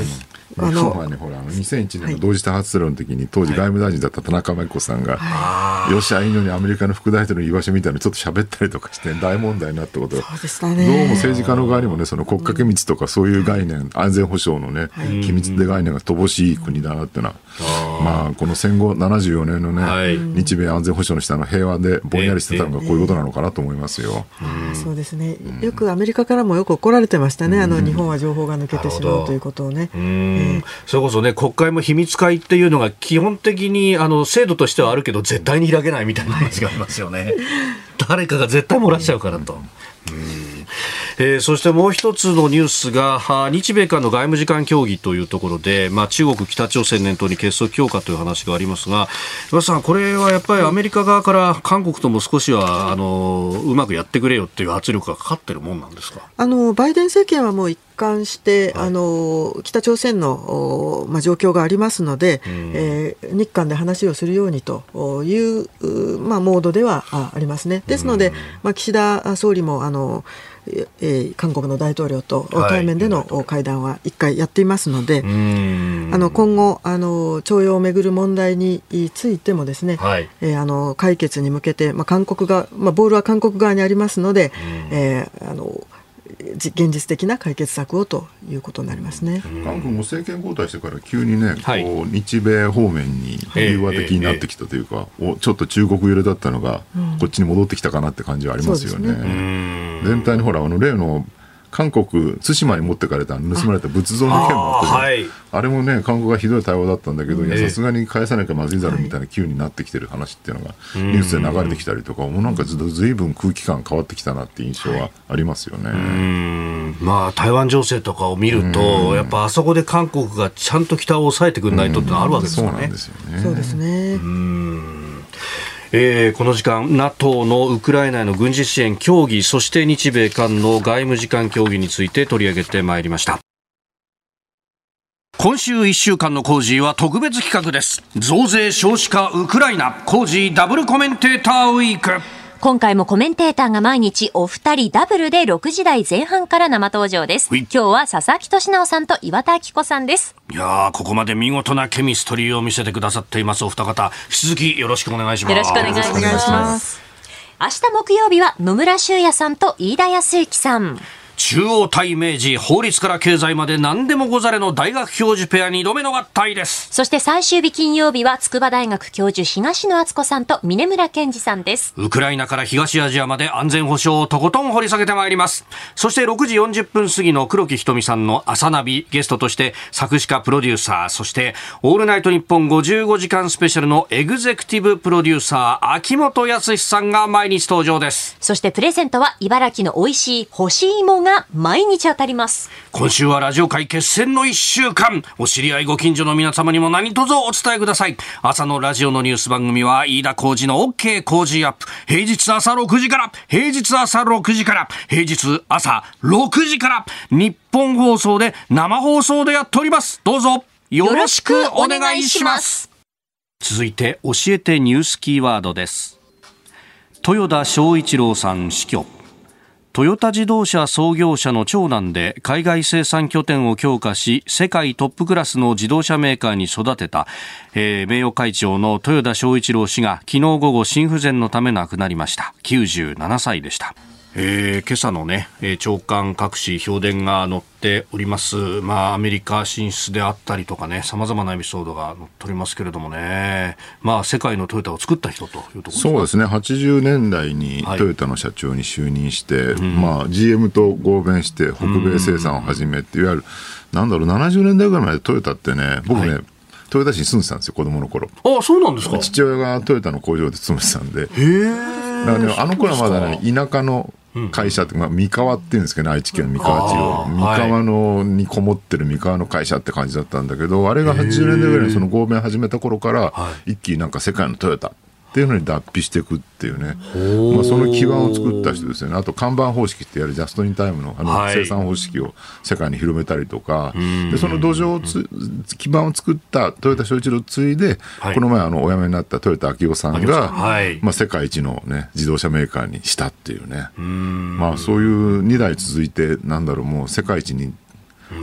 あのはね、ほらにせんいちねんの同時多発テロの時に当時外務大臣だった田中真紀子さんが、はい、よしあいいのにアメリカの副大統領の居場所みたいなのちょっと喋ったりとかして大問題になったことが、 そうでしたね、 どうも政治家の側にもね、その国家機密とかそういう概念、安全保障のね、はい、機密で概念が乏しい国だなっていうのは、まあこの戦後ななじゅうよねんのね、はい、日米安全保障の下の平和でぼんやりしてたのがこういうことなのかなと思いますよ。 えー、そうですね、よくアメリカからもよく怒られてましたね、あの日本は情報が抜けてしまうということをね。 うん、えー、それこそね、国会も秘密会っていうのが基本的にあの制度としてはあるけど絶対に開けないみたいな話がありますよね。誰かが絶対漏らしちゃうからと。うん、えー、そしてもう一つのニュースが日米間の外務次官協議というところで、まあ、中国、北朝鮮念頭に結束強化という話がありますが、岩田さん、これはやっぱりアメリカ側から韓国とも少しはあのうまくやってくれよという圧力がかかってるもんなんですか。 あのバイデン政権はもう一貫して、はい、あの北朝鮮の、まあ、状況がありますので、えー、日韓で話をするようにという、まあ、モードではありますね。ですので、まあ、岸田総理もあのえー、韓国の大統領と対面での会談はいっかいやっていますので、はい、あの今後あの徴用をめぐる問題についてもですね、はい、えー、あの解決に向けて、まあ、韓国側、まあ、ボールは韓国側にありますので、えー、あの現実的な解決策をということになりますね。 韓国も政権交代してから急にね、はい、こう日米方面に融和的になってきたというか、えーえー、ちょっと中国寄りだったのが、うん、こっちに戻ってきたかなって感じはありますよね。ね、全体にほらあの例の韓国対馬に持ってかれた盗まれた仏像の件もあって、ね、あ、はい、あれもね韓国がひどい対応だったんだけど、さすがに返さなきゃまずいだろうみたいな急になってきてる話っていうのがニュースで流れてきたりとか、もうなんかずいぶん空気感変わってきたなって印象はありますよね。 はい、うーん、まあ、台湾情勢とかを見るとやっぱあそこで韓国がちゃんと北を抑えてくれないとってのはあるわけですよね。 そうなんですよね。 そうですね。 うーん、えー、この時間 NATO のウクライナへの軍事支援協議、そして日米韓の外務次官協議について取り上げてまいりました。今週いっしゅうかんのコージーは特別企画です。増税少子化ウクライナコージーダブルコメンテーターウィーク。 今回もコメンテーターが毎日お二人ダブルでろくじ台前半から生登場です。今日は佐々木俊直さんと岩田明子さんです。 いやー、ここまで見事なケミストリーを見せてくださっていますお二方、引き続きよろしくお願いします。 よろしくお願いします。明日木曜日は野村修也さんと飯田康之さん。 中央対明治、法律から経済まで何でもござれの大学教授ペアにどめの合体です。 そして最終日金曜日は筑波大学教授東野篤子さんと峰村健二さんです。 ウクライナから東アジアまで安全保障をとことん掘り下げてまいります。そしてろくじよんじゅっぷん過ぎの黒木瞳さんの朝ナビ、ゲストとして作詞家プロデューサー、そしてオールナイトニッポンごじゅうごじかんスペシャルのエグゼクティブプロデューサー秋元康さんが毎日登場です。 そしてプレゼントは茨城の美味しい干し芋が毎日当たります。 今週はラジオ界決戦のいっしゅうかん、お知り合いご近所の皆様にも何卒お伝えください。朝のラジオのニュース番組は飯田浩司の OK 工事アップ、平日朝ろくじから、平日朝ろくじから、平日朝ろくじから日本放送で生放送でやっております。どうぞよろしくお願いします。続いて教えてニュースキーワードです。豊田章一郎さん死去。トヨタ自動車創業者の長男で海外生産拠点を強化し世界トップクラスの自動車メーカーに育てた、えー、名誉会長の豊田章一郎氏が昨日午後心不全のため亡くなりました。きゅうじゅうななさいでした。えー、今朝のね、えー、朝刊各紙評伝が載っております。まあアメリカ進出であったりとかね、様々なエピソードが載っておりますけれどもね、まあ世界のトヨタを作った人というところですか。 そうですね、はちじゅうねんだいにトヨタの社長に就任して、はい、まあ ジーエム と合弁して北米生産を始めて、いわゆるなんだろうななじゅうねんだいぐらいまでトヨタってね、僕ね、はい、豊田市に住んでたんですよ、子供の頃。 ああ、そうなんですか。 父親がトヨタの工場で勤めてたんで。 へー。 だからね、あの頃はまだね、田舎の会社って、まあ、三河っていうんですけど、ね、愛知県の三河地方、三河のにこもってる三河の会社って感じだったんだけど、あれがはちじゅうねんだいぐらいにその合弁始めた頃から、一気になんか世界のトヨタっていうのに脱皮していくっていうね、まあ、その基盤を作った人ですよね。あと看板方式ってやるジャストインタイム の, あの生産方式を世界に広めたりとか、でその土壌をつ基盤を作った豊田章一郎を継いで、はい、この前あのお辞めになった豊田章夫さんが、はいまあ、世界一の、ね、自動車メーカーにしたっていうね、うまあ、そういうにだい続いてなんだろうもう世界一に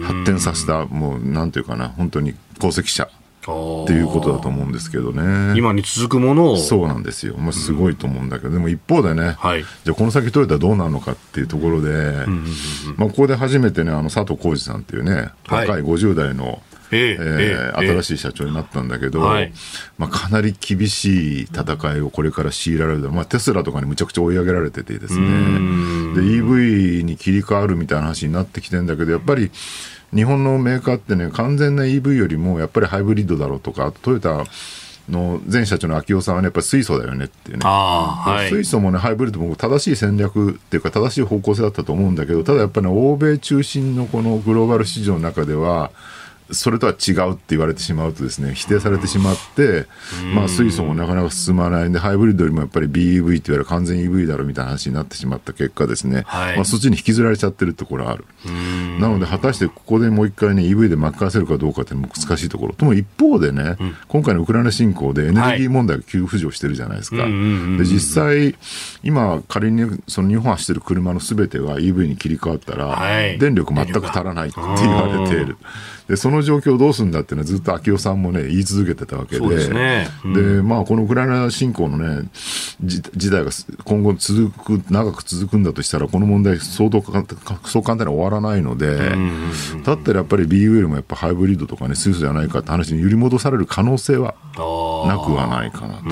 発展させた、もうなんていうかな、本当に功績者っていうことだと思うんですけどね。 今に続くものを。 そうなんですよ、まあ、すごいと思うんだけど、でも一方でね、 はい、 じゃあこの先トヨタはどうなるのかっていうところで、うんうんうん、まあ、ここで初めてね、あの佐藤浩司さんっていうね、若いごじゅう代の、えーえー、新しい社長になったんだけど、はい、まあ、かなり厳しい戦いをこれから強いられる、まあ、テスラとかにむちゃくちゃ追い上げられててですね、で イーブイ に切り替わるみたいな話になってきてるんだけど、やっぱり日本のメーカーってね、完全な イーブイ よりもやっぱりハイブリッドだろうとか、あとトヨタの前社長の秋夫さんはね、やっぱり水素だよねっていうね、あ、はい、水素もね、ハイブリッドも正しい戦略っていうか正しい方向性だったと思うんだけど、ただやっぱり、ね、欧米中心のこのグローバル市場の中ではそれとは違うって言われてしまうとですね、否定されてしまって、まあ、水素もなかなか進まないんで、ハイブリッドよりもやっぱり ビーイーブイ って言われる完全 イーブイ だろみたいな話になってしまった結果ですね、はい、まあ、そっちに引きずられちゃってるところがある。なので果たしてここでもう一回ね イーブイ で巻き返せるかどうかって難しいところとも、一方でね、うん、今回のウクライナ侵攻でエネルギー問題が急浮上してるじゃないですか。で実際今仮にその日本走ってる車のすべてが イーブイ に切り替わったら、はい、電力全く足らないって言われている。でその状況をどうするんだっていうのはずっと秋夫さんもね言い続けてたわけで、そうですね、うん、でまあ、このウクライナ侵攻のね事態が今後続く長く続くんだとしたら、この問題相当そう簡単に終わらないので、うんうんうん、だったらやっぱり ビーイーブイ よりもやっぱハイブリッドとかね水素じゃないかって話に揺り戻される可能性はなくはないかなと。うん、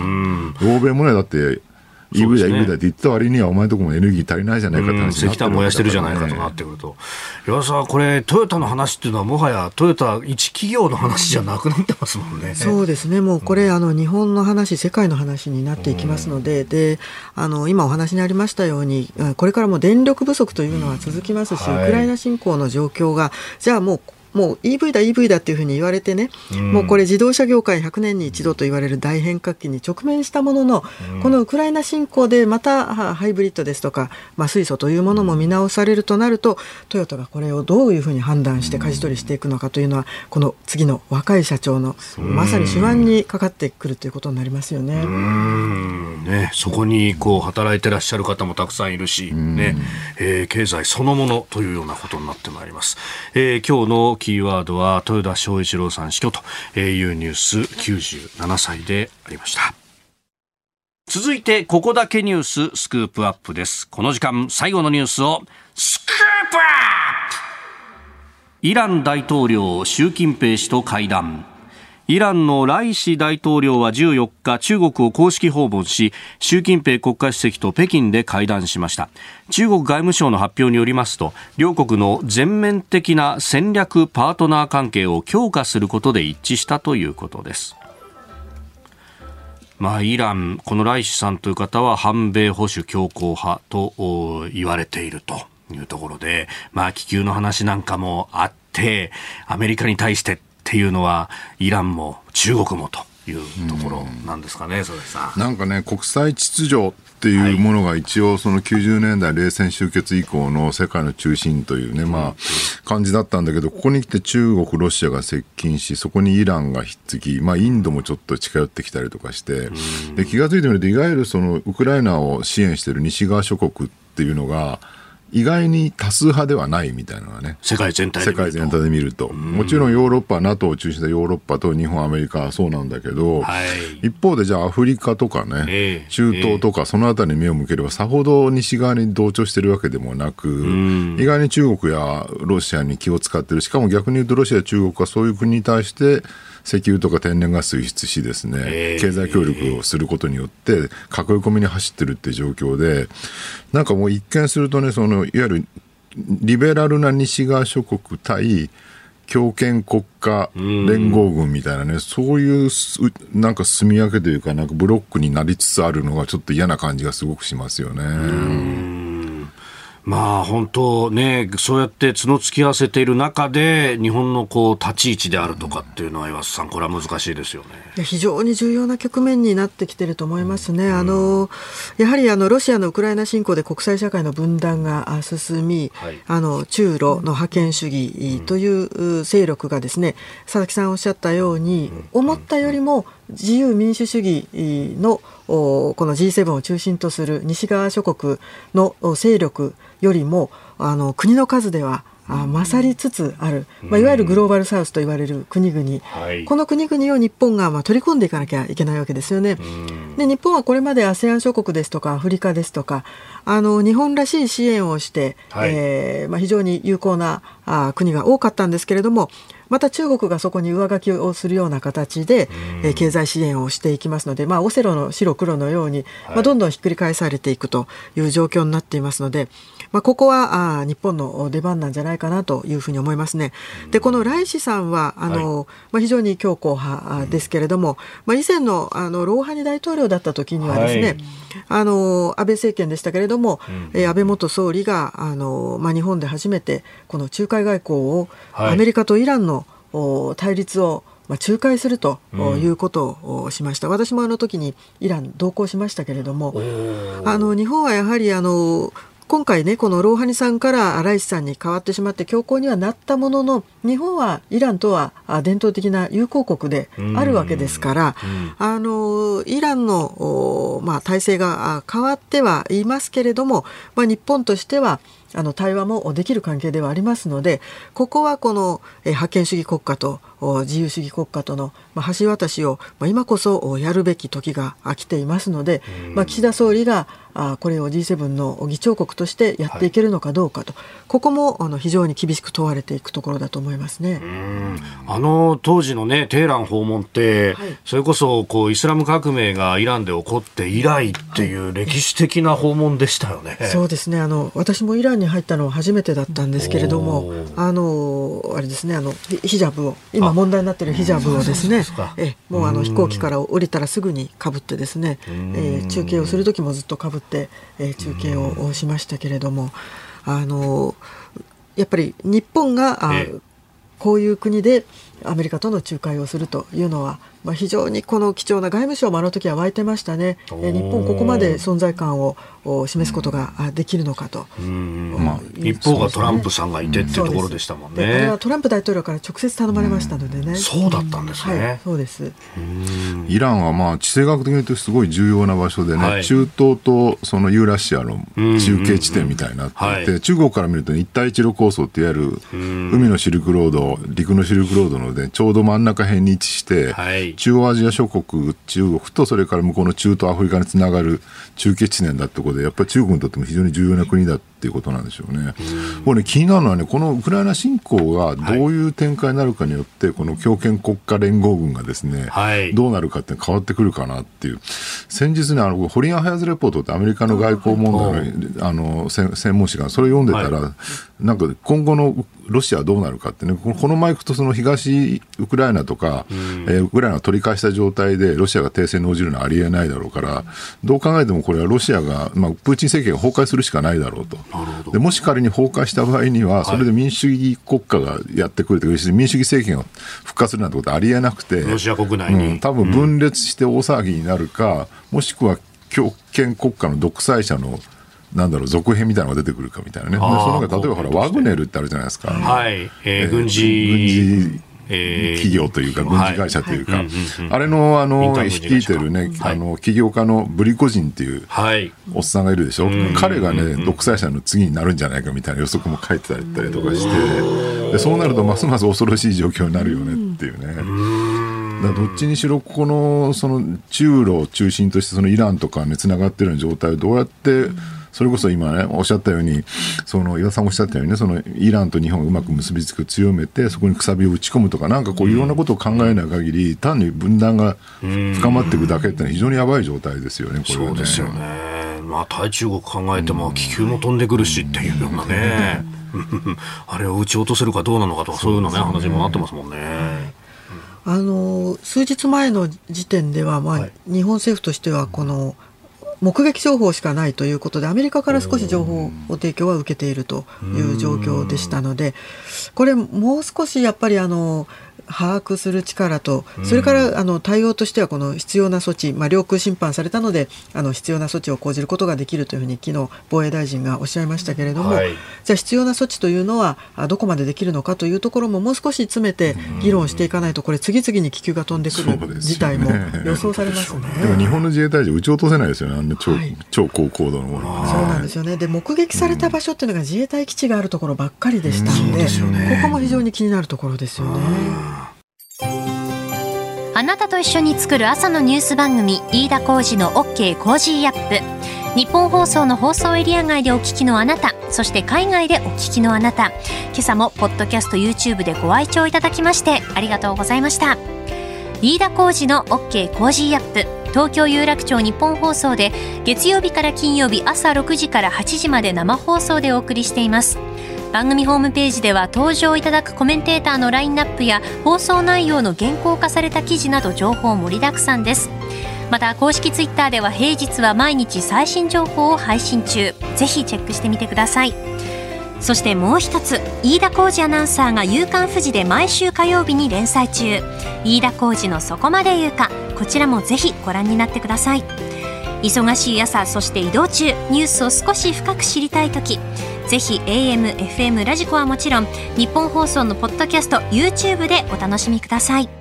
欧米もねだってイーブイ だ イーブイ だって言った割にはお前のところもエネルギー足りないじゃないかって話になってる、 石炭燃やしてるじゃないかとなってくると、岩田さん、これトヨタの話っていうのはもはやトヨタ一企業の話じゃなくなってますもんね。 そうですね、もうこれ、うん、あの日本の話、世界の話になっていきますので、うん、であの今お話にありましたように、これからも電力不足というのは続きますし、うん、はい、ウクライナ侵攻の状況がじゃあもうもう イーブイ だ イーブイ だっていうふうに言われてね、うん、もうこれ自動車業界ひゃくねんに一度と言われる大変革期に直面したものの、うん、このウクライナ侵攻でまたハイブリッドですとか、まあ、水素というものも見直されるとなると、トヨタがこれをどういうふうに判断して舵取りしていくのかというのは、この次の若い社長のまさに手腕にかかってくるということになりますよね。 うーんね、そこにこう働いてらっしゃる方もたくさんいるし、ね、えー、経済そのものというようなことになってまいります。えー、今日のキーワードは豊田章一郎さん死去というニュース、きゅうじゅうななさいでありました。続いてここだけニューススクープアップです。この時間最後のニュースをスクープアップ。イラン大統領習近平氏と会談。イランのライシ大統領はじゅうよっか中国を公式訪問し、習近平国家主席と北京で会談しました。中国外務省の発表によりますと、両国の全面的な戦略パートナー関係を強化することで一致したということです。まあ、イラン、このライシさんという方は反米保守強硬派と言われているというところで、まあ、気球の話なんかもあって、アメリカに対してっていうのはイランも中国もというところなんですかね。それさなんかね、国際秩序っていうものが一応そのきゅうじゅうねんだい冷戦終結以降の世界の中心というね、まあ感じだったんだけど、ここに来て中国ロシアが接近し、そこにイランがひっつき、まあインドもちょっと近寄ってきたりとかして、で気がついてみると、いわゆるそのウクライナを支援している西側諸国っていうのが意外に多数派ではないみたいなのがね、 世界全体で見ると、世界全体で見ると、 もちろんヨーロッパ、NATO を中心としたヨーロッパと日本、アメリカはそうなんだけど、はい、一方でじゃあアフリカとかね、えー、中東とかそのあたりに目を向ければさほど西側に同調してるわけでもなく、意外に中国やロシアに気を使ってる。しかも逆に言うとロシア、中国はそういう国に対して石油とか天然ガス輸出しですね、えー、経済協力をすることによって囲い込みに走ってるっていう状況で、なんかもう一見するとね、そのいわゆるリベラルな西側諸国対強権国家連合軍みたいなね、そういうなんか住み分けというか、なんかブロックになりつつあるのがちょっと嫌な感じがすごくしますよね。うーん、 まあ本当ね、そうやって角突き合わせている中で日本のこう立ち位置であるとかっていうのは岩瀬さん、これは難しいですよね。 いや、非常に重要な局面になってきていると思いますね。あのやはりあのロシアのウクライナ侵攻で国際社会の分断が進み、はい、あの中ロの覇権主義という勢力がですね、佐々木さんおっしゃったように、思ったよりも自由民主主義のこの ジーセブン を中心とする西側諸国の勢力よりもあの国の数ではあ勝りつつある、まあ、いわゆるグローバルサウスと言われる国々、 はい、 この国々を日本がまあ取り込んでいかなきゃいけないわけですよね。で日本はこれまで アセアン 諸国ですとかアフリカですとかあの日本らしい支援をして、はい、えーまあ、非常に有効なあ国が多かったんですけれども、また中国がそこに上書きをするような形で、えー、経済支援をしていきますので、まあ、オセロの白黒のように、はい、まあ、どんどんひっくり返されていくという状況になっていますので、まあ、ここはあ日本の出番なんじゃないかなというふうに思いますね。でこのライシさんはあの、はい、まあ、非常に強硬派ですけれども、まあ、以前の、あのロウハニ大統領だった時にはですね、はい、あの安倍政権でしたけれども、うん、えー、安倍元総理があの、まあ、日本で初めてこの仲介外交を、はい、アメリカとイランの対立をまあ、仲介するということをしました。うん、私もあの時にイラン同行しましたけれども、あの日本はやはりあの今回ね、このロウハニさんからライシさんに変わってしまって強硬にはなったものの、日本はイランとは伝統的な友好国であるわけですから、うん、あのイランの、まあ、体制が変わってはいますけれども、まあ、日本としてはあの対話もできる関係ではありますので、ここはこのえ覇権主義国家と自由主義国家との橋渡しを今こそやるべき時が来ていますので、まあ、岸田総理がこれを ジーセブン の議長国としてやっていけるのかどうかと、はい、ここもあの非常に厳しく問われていくところだと思いますね。 うん、あの当時の、ね、テヘラン訪問って、はい、それこそこうイスラム革命がイランで起こって以来っていう歴史的な訪問でしたよね。 はい、そうですね。あの私もイランに入ったのは初めてだったんですけれども、あのあれですね、あのヒジャブを今問題になっているヒジャブをですね、えもうあの飛行機から降りたらすぐにかぶってですね、えー、中継をする時もずっとかぶって、えー、中継をしましたけれども、あのやっぱり日本があ、ええ、こういう国でアメリカとの仲介をするというのは、まあ、非常にこの貴重な、外務省もあの時は湧いてましたね。え日本ここまで存在感を示すことができるのかと。 うん、まあ、一方がトランプさんがいてっていうところでしたもんね。 これはトランプ大統領から直接頼まれましたのでね。 うん、そうだったんですね。 はい、そうです。 イランはまあ地政学的に言うとすごい重要な場所でね、はい、中東とそのユーラシアの中継地点みたいになっていて、うんうんうん、はい、中国から見ると一帯一路構想っていわゆる海のシルクロード、陸のシルクロードのでちょうど真ん中辺に位置して、はい、中央アジア諸国、中国とそれから向こうの中東アフリカにつながる中継地点だってことで、やっぱり中国にとっても非常に重要な国だっていうことなんでしょうね。うん、これね、気になるのはね、このウクライナ侵攻がどういう展開になるかによって、はい、この強権国家連合軍がですね、はい、どうなるかって変わってくるかなっていう。先日ね、あのホリン・アハヤズレポートってアメリカの外交問題の、あの専門誌がそれを読んでたら、はい、なんか今後のロシアはどうなるかってね、このままいくとその東ウクライナとか、うん、えー、ウクライナを取り返した状態でロシアが停戦に応じるのはありえないだろうから、どう考えてもこれはロシアが、まあ、プーチン政権が崩壊するしかないだろうと。でもし仮に崩壊した場合には、それで民主主義国家がやってくるという、はい、民主主義政権が復活するなんてことはありえなくて、 ロシア国内に、 うん、多分分裂して大騒ぎになるか、うん、もしくは強権国家の独裁者のなんだろう続編みたいなのが出てくるかみたいなね。その中例えばほらワグネルってあるじゃないですか。 はい、えー、軍事軍事企業というか、軍事会社というか、あれのあの率いてるね、あの起業家のブリコジンっていうおっさんがいるでしょ。彼がね独裁者の次になるんじゃないかみたいな予測も書いてたりとかして、でそうなるとますます恐ろしい状況になるよねっていうね。だどっちにしろこのその中ロを中心としてそのイランとかねつながっているような状態をどうやってそれこそ今ねおっしゃったようにその岩田さんおっしゃったようにねそのイランと日本をうまく結びつく強めてそこにくさびを打ち込むとかなんかこういろんなことを考えない限り単に分断が深まっていくだけってのは非常にやばい状態ですよね。これはね。 そうですよね。まあ対中国考えても気球も飛んでくるしっていうようなねあれを撃ち落とせるかどうなのかとかそういうのね話もなってますもんね。 あの数日前の時点では、まあはい、日本政府としてはこの目撃情報しかないということでアメリカから少し情報を提供は受けているという状況でしたのでこれもう少しやっぱりあの把握する力と、それからあの対応としてはこの必要な措置、まあ、領空侵犯されたのであの必要な措置を講じることができるというふうに昨日防衛大臣がおっしゃいましたけれども、はい、じゃあ必要な措置というのはどこまでできるのかというところももう少し詰めて議論していかないと、これ次々に気球が飛んでくる事態も予想されますね。 でも日本の自衛隊じゃ撃ち落とせないですよね、あんな 超,、はい、超高高度のもの、ね、 そうなんですよね。で目撃された場所っていうのが自衛隊基地があるところばっかりでしたので、うんね、ここも非常に気になるところですよね。 あなたと一緒に作る朝のニュース番組、飯田浩司の OK コージーアップ。日本放送の放送エリア外でお聞きのあなた、そして海外でお聞きのあなた、今朝もポッドキャスト YouTube でご愛聴いただきましてありがとうございました。飯田浩司の OK コージーアップ、東京有楽町日本放送で月曜日から金曜日朝ろくじからはちじまで生放送でお送りしています。番組ホームページでは登場いただくコメンテーターのラインナップや放送内容の原稿化された記事など情報盛りだくさんです。また公式ツイッターでは平日は毎日最新情報を配信中、ぜひチェックしてみてください。そしてもう一つ、飯田浩司アナウンサーが夕刊フジで毎週火曜日に連載中、飯田浩司のそこまで言うか、こちらもぜひご覧になってください。忙しい朝、そして移動中、ニュースを少し深く知りたいとき、ぜひ エーエム、エフエム、ラジコはもちろん日本放送のポッドキャスト YouTube でお楽しみください。